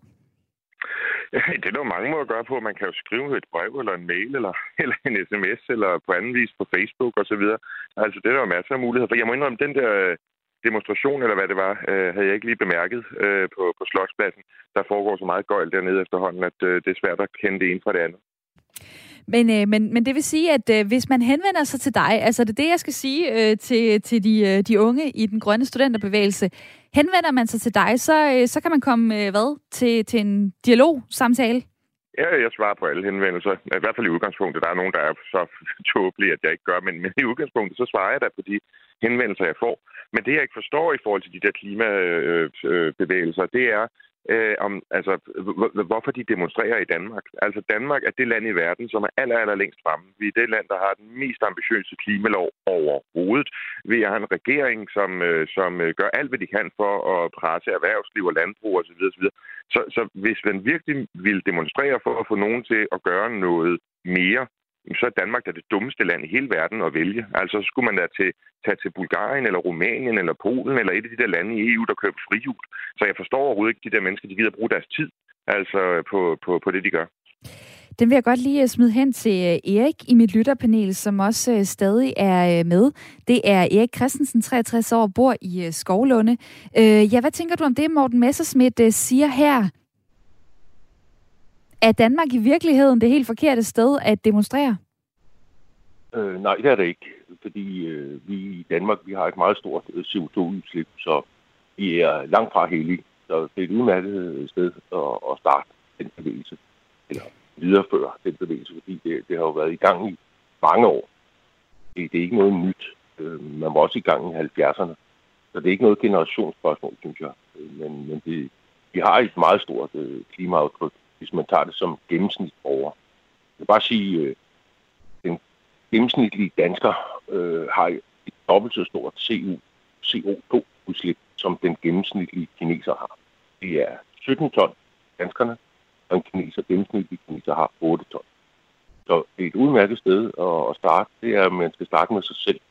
Ja, det er der mange måder at gøre på. Man kan jo skrive et brev eller en mail eller, eller en sms eller på anden vis på Facebook osv. Altså det er der jo masser af muligheder. For jeg må indrømme, den der demonstration eller hvad det var, øh, havde jeg ikke lige bemærket øh, på, på Slotspladsen. Der foregår så meget gøjl dernede efterhånden, at øh, det er svært at kende det ene fra det andet. Men, øh, men, men det vil sige, at øh, hvis man henvender sig til dig, altså det er det, jeg skal sige øh, til, til de, øh, de unge i den grønne studenterbevægelse, henvender man sig til dig, så, øh, så kan man komme øh, hvad, til, til en dialog-samtale? Ja, jeg svarer på alle henvendelser. I hvert fald i udgangspunktet. Der er nogen, der er så tåbelige, at jeg ikke gør, men, men i udgangspunktet, så svarer jeg da på de henvendelser, jeg får. Men det, jeg ikke forstår i forhold til de der klimabevægelser, det er, øh, om, altså, hvorfor de demonstrerer i Danmark. Altså, Danmark er det land i verden, som er aller, aller længst fremme. Vi er det land, der har den mest ambitiøse klimalov overhovedet. Vi har en regering, som, øh, som gør alt, hvad de kan for at presse erhvervsliv og landbrug osv. osv. Så, så hvis man virkelig vil demonstrere for at få nogen til at gøre noget mere, så er Danmark da det dummeste land i hele verden at vælge. Altså så skulle man da til, tage til Bulgarien eller Rumænien eller Polen eller et af de der lande i E U, der køber frihjul. Så jeg forstår overhovedet ikke, de der mennesker, de gider bruge deres tid altså på, på, på det, de gør. Den vil jeg godt lige smide hen til Erik i mit lytterpanel, som også stadig er med. Det er Erik Christensen, treogtres år, bor i Skovlunde. Ja, hvad tænker du om det, Morten Messerschmidt siger her? Er Danmark i virkeligheden det helt forkerte sted at demonstrere? Øh, nej, det er det ikke. Fordi øh, vi i Danmark vi har et meget stort C O to udslip, så vi er langt fra heldige. Så det er et udmærket sted at, at starte den bevægelse. Eller videreføre den bevægelse, fordi det, det har jo været i gang i mange år. Det, det er ikke noget nyt. Øh, man var også i gang i halvfjerdserne. Så det er ikke noget generationsspørgsmål, synes jeg. Men, men det, vi har et meget stort øh, klimaaftryk, hvis man tager det som gennemsnitsborger. Jeg vil bare sige, at øh, den gennemsnitlige dansker øh, har dobbelt så stort C O to udslip, som den gennemsnitlige kineser har. Det er sytten ton danskerne, og en kineser, gennemsnitlig kineser har otte ton. Så det er et udmærket sted at starte. Det er, at man skal starte med sig selv.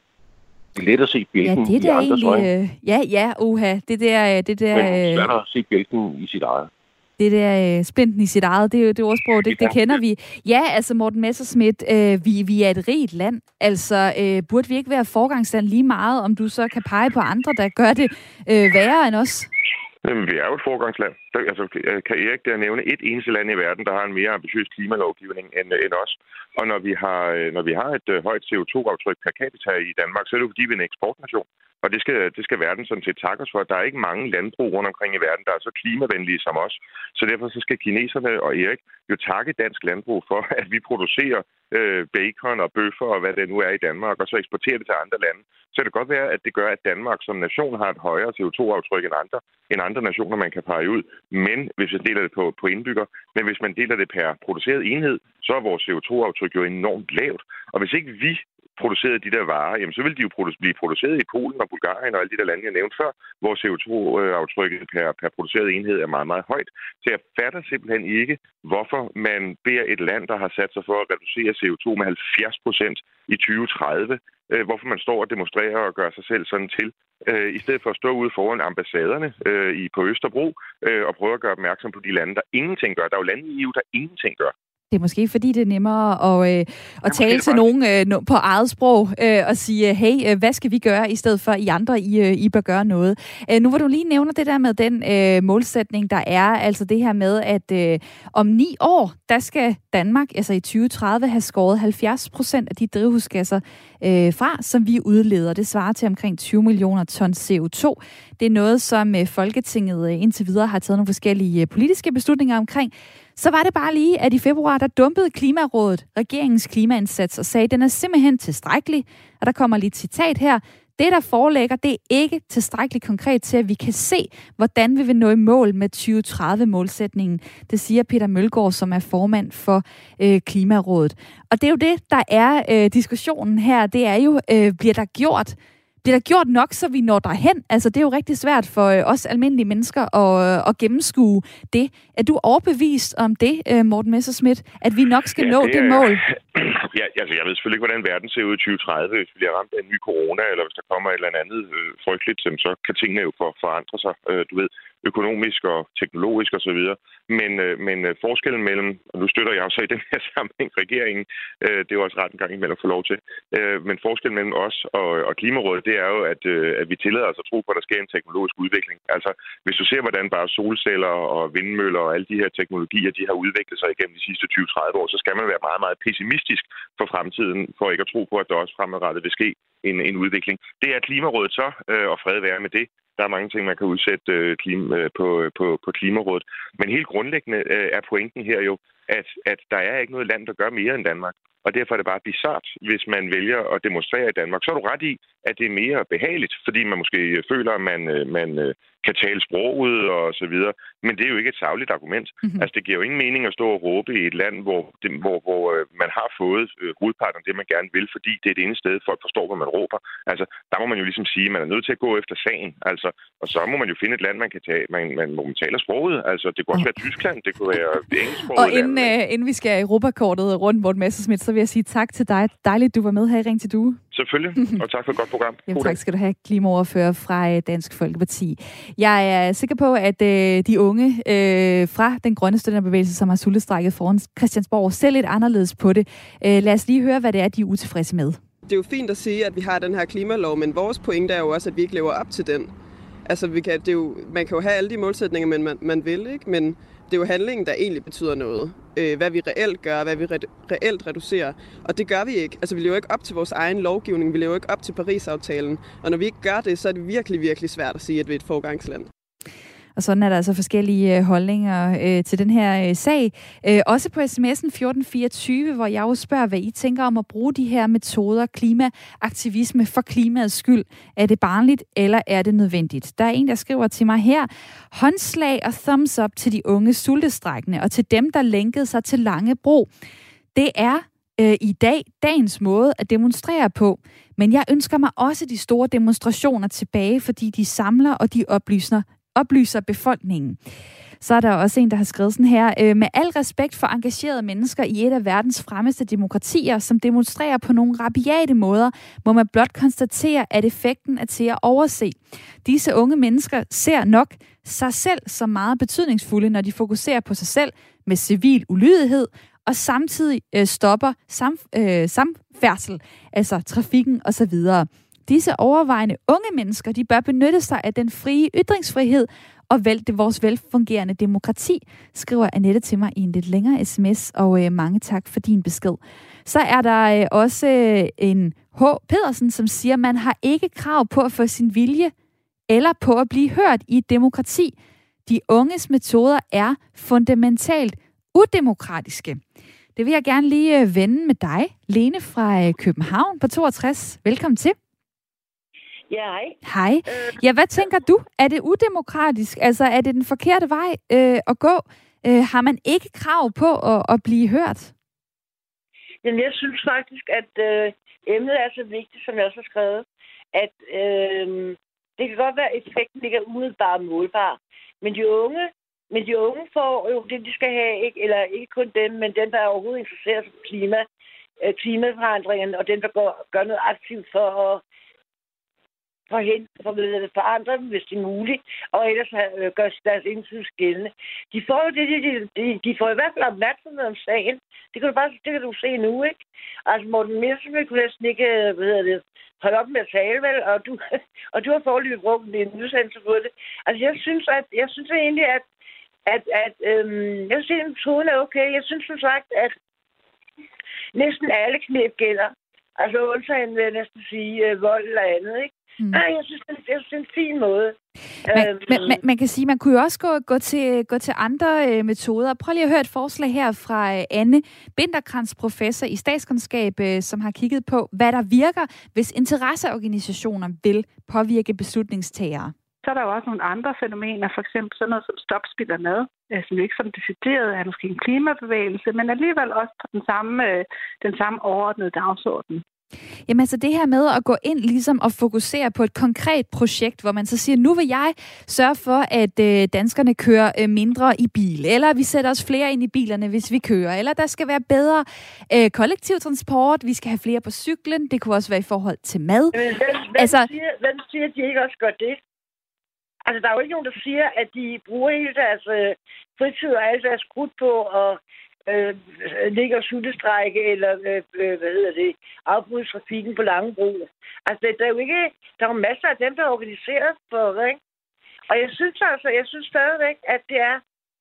Det er let at se bjælken ja, det i andres øjne. Øh, ja, ja, uha. Det der, det der, Men det er svært at se bjælken i sit eget. Det der øh, splinten i sit eget, det er jo det ordsprog, det, det kender vi. Ja, altså Morten Messerschmidt, øh, vi, vi er et rigt land. Altså, øh, burde vi ikke være forgangsland lige meget, om du så kan pege på andre, der gør det øh, værre end os? Jamen, vi er jo et forgangsland. Altså, kan Erik der nævne et eneste land i verden, der har en mere ambitiøs klimalovgivning end, end os? Og når vi har, når vi har et uh, højt C O to aftryk per capita i Danmark, så er det jo fordi, vi er en eksportnation. Og det skal, det skal verden sådan set takke os for. Der er ikke mange landbrug rundt omkring i verden, der er så klimavenlige som os. Så derfor så skal kineserne og Erik jo takke dansk landbrug for, at vi producerer øh, bacon og bøffer og hvad det nu er i Danmark, og så eksporterer det til andre lande. Så kan det godt være, at det gør, at Danmark som nation har et højere C O to aftryk end andre, end andre nationer, man kan pege ud. Men hvis vi deler det på, på indbygger, men hvis man deler det per produceret enhed, så er vores C O to aftryk jo enormt lavt. Og hvis ikke vi producerede de der varer, jamen så vil de jo produ- blive produceret i Polen og Bulgarien og alle de der lande, jeg nævnte før, hvor C O to aftrykket per, per produceret enhed er meget, meget højt. Så jeg fatter simpelthen ikke, hvorfor man beder et land, der har sat sig for at reducere C O to med halvfjerds procent i tyve tredive, øh, hvorfor man står og demonstrerer og gør sig selv sådan til, øh, i stedet for at stå ude foran ambassaderne øh, i, på Østerbro øh, og prøve at gøre opmærksom på de lande, der ingenting gør. Der er jo lande i E U, der ingenting gør. Det er måske, fordi det er nemmere at, øh, at tale til nogen øh, på eget sprog øh, og sige, hey, øh, hvad skal vi gøre, i stedet for, I andre, I, øh, I bør gøre noget. Øh, nu hvor du lige nævner det der med den øh, målsætning, der er, altså det her med, at øh, om ni år, der skal Danmark, altså i tyve tredive, have skåret halvfjerds procent af de drivhusgasser øh, fra, som vi udleder. Det svarer til omkring tyve millioner ton C O to. Det er noget, som øh, Folketinget øh, indtil videre har taget nogle forskellige øh, politiske beslutninger omkring. Så var det bare lige, at i februar, der dumpede Klimarådet regeringens klimaindsats og sagde, at den er simpelthen tilstrækkelig. Og der kommer lidt citat her. Det, der forelægger, det er ikke tilstrækkeligt konkret til, at vi kan se, hvordan vi vil nå i mål med tyve tredive-målsætningen. Det siger Peter Mølgaard, som er formand for øh, Klimarådet. Og det er jo det, der er øh, diskussionen her. Det er jo, øh, bliver der gjort... Bliver der gjort nok, så vi når derhen? Altså, det er jo rigtig svært for os almindelige mennesker at, at gennemskue det. Er du overbevist om det, Morten Messerschmidt, at vi nok skal ja, nå det, det mål? Ja, altså, jeg ved selvfølgelig ikke, hvordan verden ser ud i tyve tredive. Hvis vi bliver ramt af en ny corona, eller hvis der kommer et eller andet øh, frygteligt, så kan tingene jo for, forandre sig, øh, du ved, økonomisk og teknologisk osv. Men, øh, men øh, forskellen mellem, og nu støtter jeg jo så i den her sammenhæng regeringen, øh, det er jo også ret en gang imellem at få lov til, øh, men forskellen mellem os og, og Klimarådet, det er jo, at, øh, at vi tillader os at tro på, at der sker en teknologisk udvikling. Altså, hvis du ser, hvordan bare solceller og vindmøller og alle de her teknologier, de har udviklet sig igennem de sidste tyve tredive år, så skal man være meget, meget pessimistisk for fremtiden, for ikke at tro på, at der også fremadrettet vil ske en, en udvikling. Det er Klimarådet så, øh, og fred være med det. Der er mange ting, man kan udsætte øh, klima, øh, på, på, på Klimarådet. Men helt grundlæggende øh, er pointen her jo, at, at der er ikke noget land, der gør mere end Danmark. Og derfor er det bare bizart, hvis man vælger at demonstrere i Danmark. Så er du ret i, at det er mere behageligt, fordi man måske føler, at man, man kan tale sproget og så videre. Men det er jo ikke et sagligt argument. Mm-hmm. Altså, det giver jo ingen mening at stå og råbe i et land, hvor, det, hvor, hvor man har fået hovedparten af det, man gerne vil, fordi det er det ene sted, folk forstår, hvad man råber. Altså, der må man jo ligesom sige, at man er nødt til at gå efter sagen. Altså, og så må man jo finde et land, man kan tage, man, man, hvor man taler sproget. Altså, det kunne også være Tyskland, det kunne være engelsksproget. Og inden, øh, inden vi skal i Europakortet rundt, Morten Messerschmidt, så vil jeg sige tak til dig. Dejligt, du var med her i Ring til Due. Selvfølgelig, og tak for et godt program. Jamen, tak skal du have, klimaordfører fra Dansk Folkeparti. Jeg er sikker på, at øh, de unge øh, fra den grønne studenterbevægelse, som har sultestrækket foran Christiansborg, ser lidt anderledes på det. Øh, lad os lige høre, hvad det er, de er utilfredse med. Det er jo fint at sige, at vi har den her klimalov, men vores pointe er jo også, at vi ikke lever op til den. Altså, vi kan, det er jo, man kan jo have alle de målsætninger, men man, man vil, ikke? Men det er jo handlingen, der egentlig betyder noget. Øh, hvad vi reelt gør, hvad vi re- reelt reducerer. Og det gør vi ikke. Altså, vi lever ikke op til vores egen lovgivning. Vi lever ikke op til Paris-aftalen. Og når vi ikke gør det, så er det virkelig, virkelig svært at sige, at vi er et forgangsland. Og sådan er der altså forskellige holdninger øh, til den her øh, sag. Øh, også på sms'en fjorten fireogtyve, hvor jeg jo spørger, hvad I tænker om at bruge de her metoder, klimaaktivisme for klimaets skyld. Er det barnligt, eller er det nødvendigt? Der er en, der skriver til mig her, håndslag og thumbs up til de unge sultestrækkende, og til dem, der lænkede sig til Langebro. Det er øh, i dag dagens måde at demonstrere på. Men jeg ønsker mig også de store demonstrationer tilbage, fordi de samler og de oplyser, oplyser befolkningen. Så er der også en, der har skrevet sådan her. Øh, med al respekt for engagerede mennesker i et af verdens fremmeste demokratier, som demonstrerer på nogle rabiate måder, må man blot konstatere, at effekten er til at overse. Disse unge mennesker ser nok sig selv som meget betydningsfulde, når de fokuserer på sig selv med civil ulydighed, og samtidig øh, stopper sam, øh, samfærdsel, altså trafikken osv. Disse overvejende unge mennesker, de bør benytte sig af den frie ytringsfrihed og vælte vores velfungerende demokrati, skriver Annette til mig i en lidt længere sms, og øh, mange tak for din besked. Så er der øh, også øh, en H. Pedersen, som siger, at man har ikke krav på at få sin vilje eller på at blive hørt i et demokrati. De unges metoder er fundamentalt udemokratiske. Det vil jeg gerne lige øh, vende med dig, Lene fra øh, København på toogtres. Velkommen til. Ja, hej. Hej. Ja, hvad tænker du? Er det udemokratisk? Altså, er det den forkerte vej øh, at gå? Øh, har man ikke krav på at, at blive hørt? Jamen, jeg synes faktisk, at øh, emnet er så vigtigt, som jeg også har skrevet, at øh, det kan godt være, at effekten ikke er umiddelbart målbar. Men de unge, men de unge får jo det, de skal have, ikke, eller ikke kun dem, men dem, der er overhovedet interesseret for klima, øh, klimaforandringen, og dem, der går, gør noget aktivt for at forhindre, forandre dem, hvis det er muligt, og ellers øh, gør deres indflydelse gældende. De får jo det, de, de, de får i hvert fald opmærksomhed om sagen. Det kan du bare det kan du se nu, ikke? Altså, Morten Messerschmidt kunne næsten ikke, hvad hedder det, holde op med at tale, vel? Og du, og du har foreløbig brugt en udsendelse på det. Altså, jeg synes, at, jeg synes egentlig, at, at, at øhm, jeg synes, at metoden er okay. Jeg synes, som sagt, at næsten alle knep gælder. Altså, undtagen vil jeg næsten sige øh, vold eller andet, ikke? Mm. Nej, jeg synes, det, jeg synes, det er en fin måde. Man, øhm, man, man, man kan sige, man kunne jo også gå, gå, til, gå til andre øh, metoder. Prøv lige at høre et forslag her fra øh, Anne Binderkrans, professor i statskundskab, øh, som har kigget på, hvad der virker, hvis interesseorganisationer vil påvirke beslutningstagere. Så er der jo også nogle andre fænomener, for eksempel sådan noget som Stop Spild og Mad, som jo ikke sådan decideret er måske en klimabevægelse, men alligevel også på den samme, øh, den samme overordnede dagsorden. Jamen altså det her med at gå ind ligesom og fokusere på et konkret projekt, hvor man så siger, nu vil jeg sørge for, at øh, danskerne kører øh, mindre i bil, eller vi sætter os flere ind i bilerne, hvis vi kører, eller der skal være bedre øh, kollektiv transport, vi skal have flere på cyklen, det kunne også være i forhold til mad. Men hvem, hvem, altså, siger, hvem siger, at de ikke også gør det? Altså der er jo ikke nogen, der siger, at de bruger hele deres øh, fritid og alt deres krudt på at Øh, ligger og sultestrække eller øh, øh, hvad hedder det, afbryde trafikken på Langebro. Altså, der er jo ikke, der er jo masser af dem, der er organiseret for, ikke? Og jeg synes altså, jeg synes stadigvæk, at det er,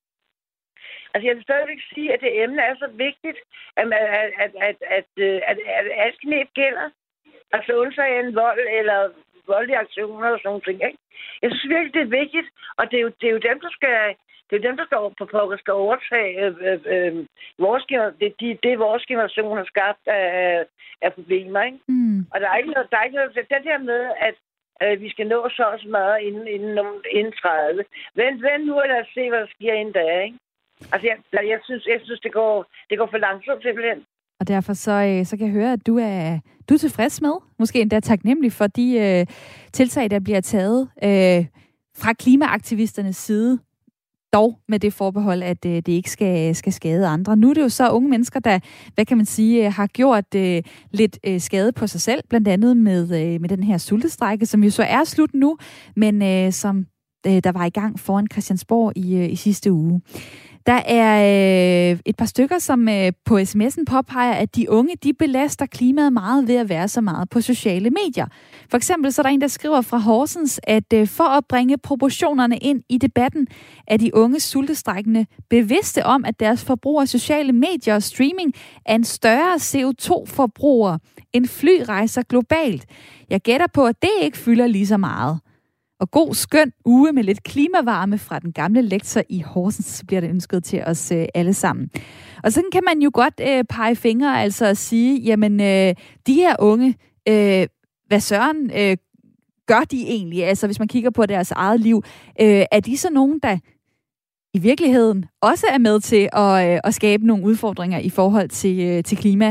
altså jeg vil stadigvæk sige, at det emne er så vigtigt, at, at, at, at, at, at, at, at alt knep gælder. Altså undtagen vold eller voldelige aktioner og sådan noget, ikke? Jeg synes virkelig, det er vigtigt, og det er jo, det er jo dem, der skal Det er dem, der skal, på pokker skal overtage øh, øh, øh, vores, det, de, det, vores generation har skabt af, af problemer, ikke? Mm. Og der er ikke noget, der er ikke noget, det der med, at øh, vi skal nå så også meget inden, inden, inden tredive. Vent, vent nu, og lad os se, hvad der sker inden da, ikke? Altså, jeg, jeg synes, jeg synes det, går, det går for langsomt simpelthen. Og derfor så, så kan jeg høre, at du er, du er tilfreds med, måske endda taknemmelig for de øh, tiltag, der bliver taget øh, fra klimaaktivisternes side, dog med det forbehold, at øh, det ikke skal, skal skade andre. Nu er det jo så unge mennesker, der, hvad kan man sige, har gjort øh, lidt øh, skade på sig selv, blandt andet med, øh, med den her sultestrække, som jo så er slut nu, men øh, som øh, der var i gang foran Christiansborg i, øh, i sidste uge. Der er øh, et par stykker, som øh, på sms'en påpeger, at de unge, de belaster klimaet meget ved at være så meget på sociale medier. For eksempel så er der en, der skriver fra Horsens, at øh, for at bringe proportionerne ind i debatten, er de unge sultestrækkende bevidste om, at deres forbrug af sociale medier og streaming er en større C O to forbruger end flyrejser globalt. Jeg gætter på, at det ikke fylder lige så meget. Og god, skøn uge med lidt klimavarme fra den gamle lektor i Horsens, bliver det ønsket til os øh, alle sammen. Og sådan kan man jo godt øh, pege fingre, altså at sige, jamen, øh, de her unge, øh, hvad søren øh, gør de egentlig? Altså, hvis man kigger på deres eget liv, øh, er de så nogen, der i virkeligheden også er med til at, øh, at skabe nogle udfordringer i forhold til, øh, til klima?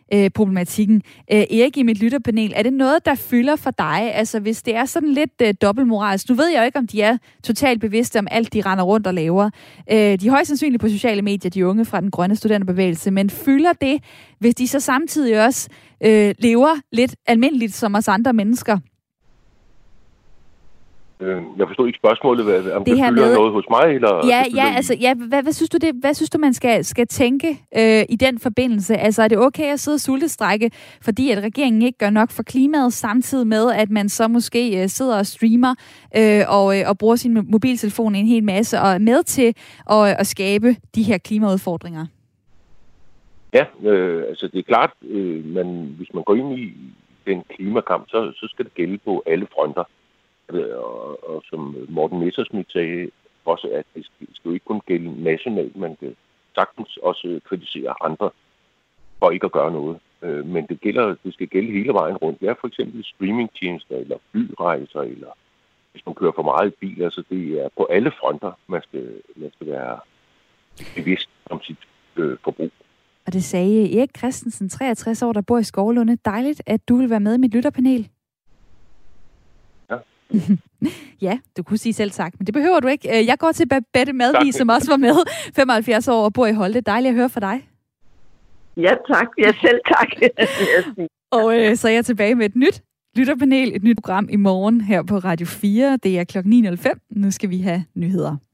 øh, problematikken. Øh, Erik i mit lytterpanel, er det noget, der fylder for dig? Altså hvis det er sådan lidt øh, dobbeltmoralsk. Nu ved jeg jo ikke, om de er totalt bevidste om alt, de render rundt og laver. Øh, de er højst sandsynligt på sociale medier, de unge fra den grønne studenterbevægelse, men fylder det, hvis de så samtidig også øh, lever lidt almindeligt som os andre mennesker? Jeg forstod ikke spørgsmålet, om det, det fylder med... noget hos mig, eller... Ja, ja, altså, ja, hvad, hvad synes du, det, hvad synes du man skal, skal tænke øh, i den forbindelse? Altså, er det okay at sidde og sultestrække, fordi at regeringen ikke gør nok for klimaet, samtidig med, at man så måske øh, sidder og streamer øh, og, øh, og bruger sin mobiltelefon en hel masse, og er med til at, at skabe de her klimaudfordringer? Ja, øh, altså det er klart, øh, man, hvis man går ind i den klimakamp, så, så skal det gælde på alle fronter. Og, og som Morten Messerschmidt sagde, også at det skal, skal jo ikke kun gælde nationalt, man kan sagtens også kritisere andre for ikke at gøre noget. Øh, men det, gælder, det skal gælde hele vejen rundt. Det er for eksempel streamingtjenester eller flyrejser, eller hvis man kører for meget i bil. Altså det er på alle fronter, man skal, man skal være bevidst om sit øh, forbrug. Og det sagde Erik Christensen, treogtres år, der bor i Skovlunde. Dejligt, at du vil være med i mit lytterpanel. Ja, du kunne sige selv tak, men det behøver du ikke. Jeg går til Babette Madvig, som også var med, femoghalvfjerds år og bor i Holte. Dejligt at høre fra dig. Ja, tak. Ja, selv tak. Og øh, så er jeg tilbage med et nyt lytterpanel, et nyt program i morgen her på Radio fire. Det er klokken ni nul fem. Nu skal vi have nyheder.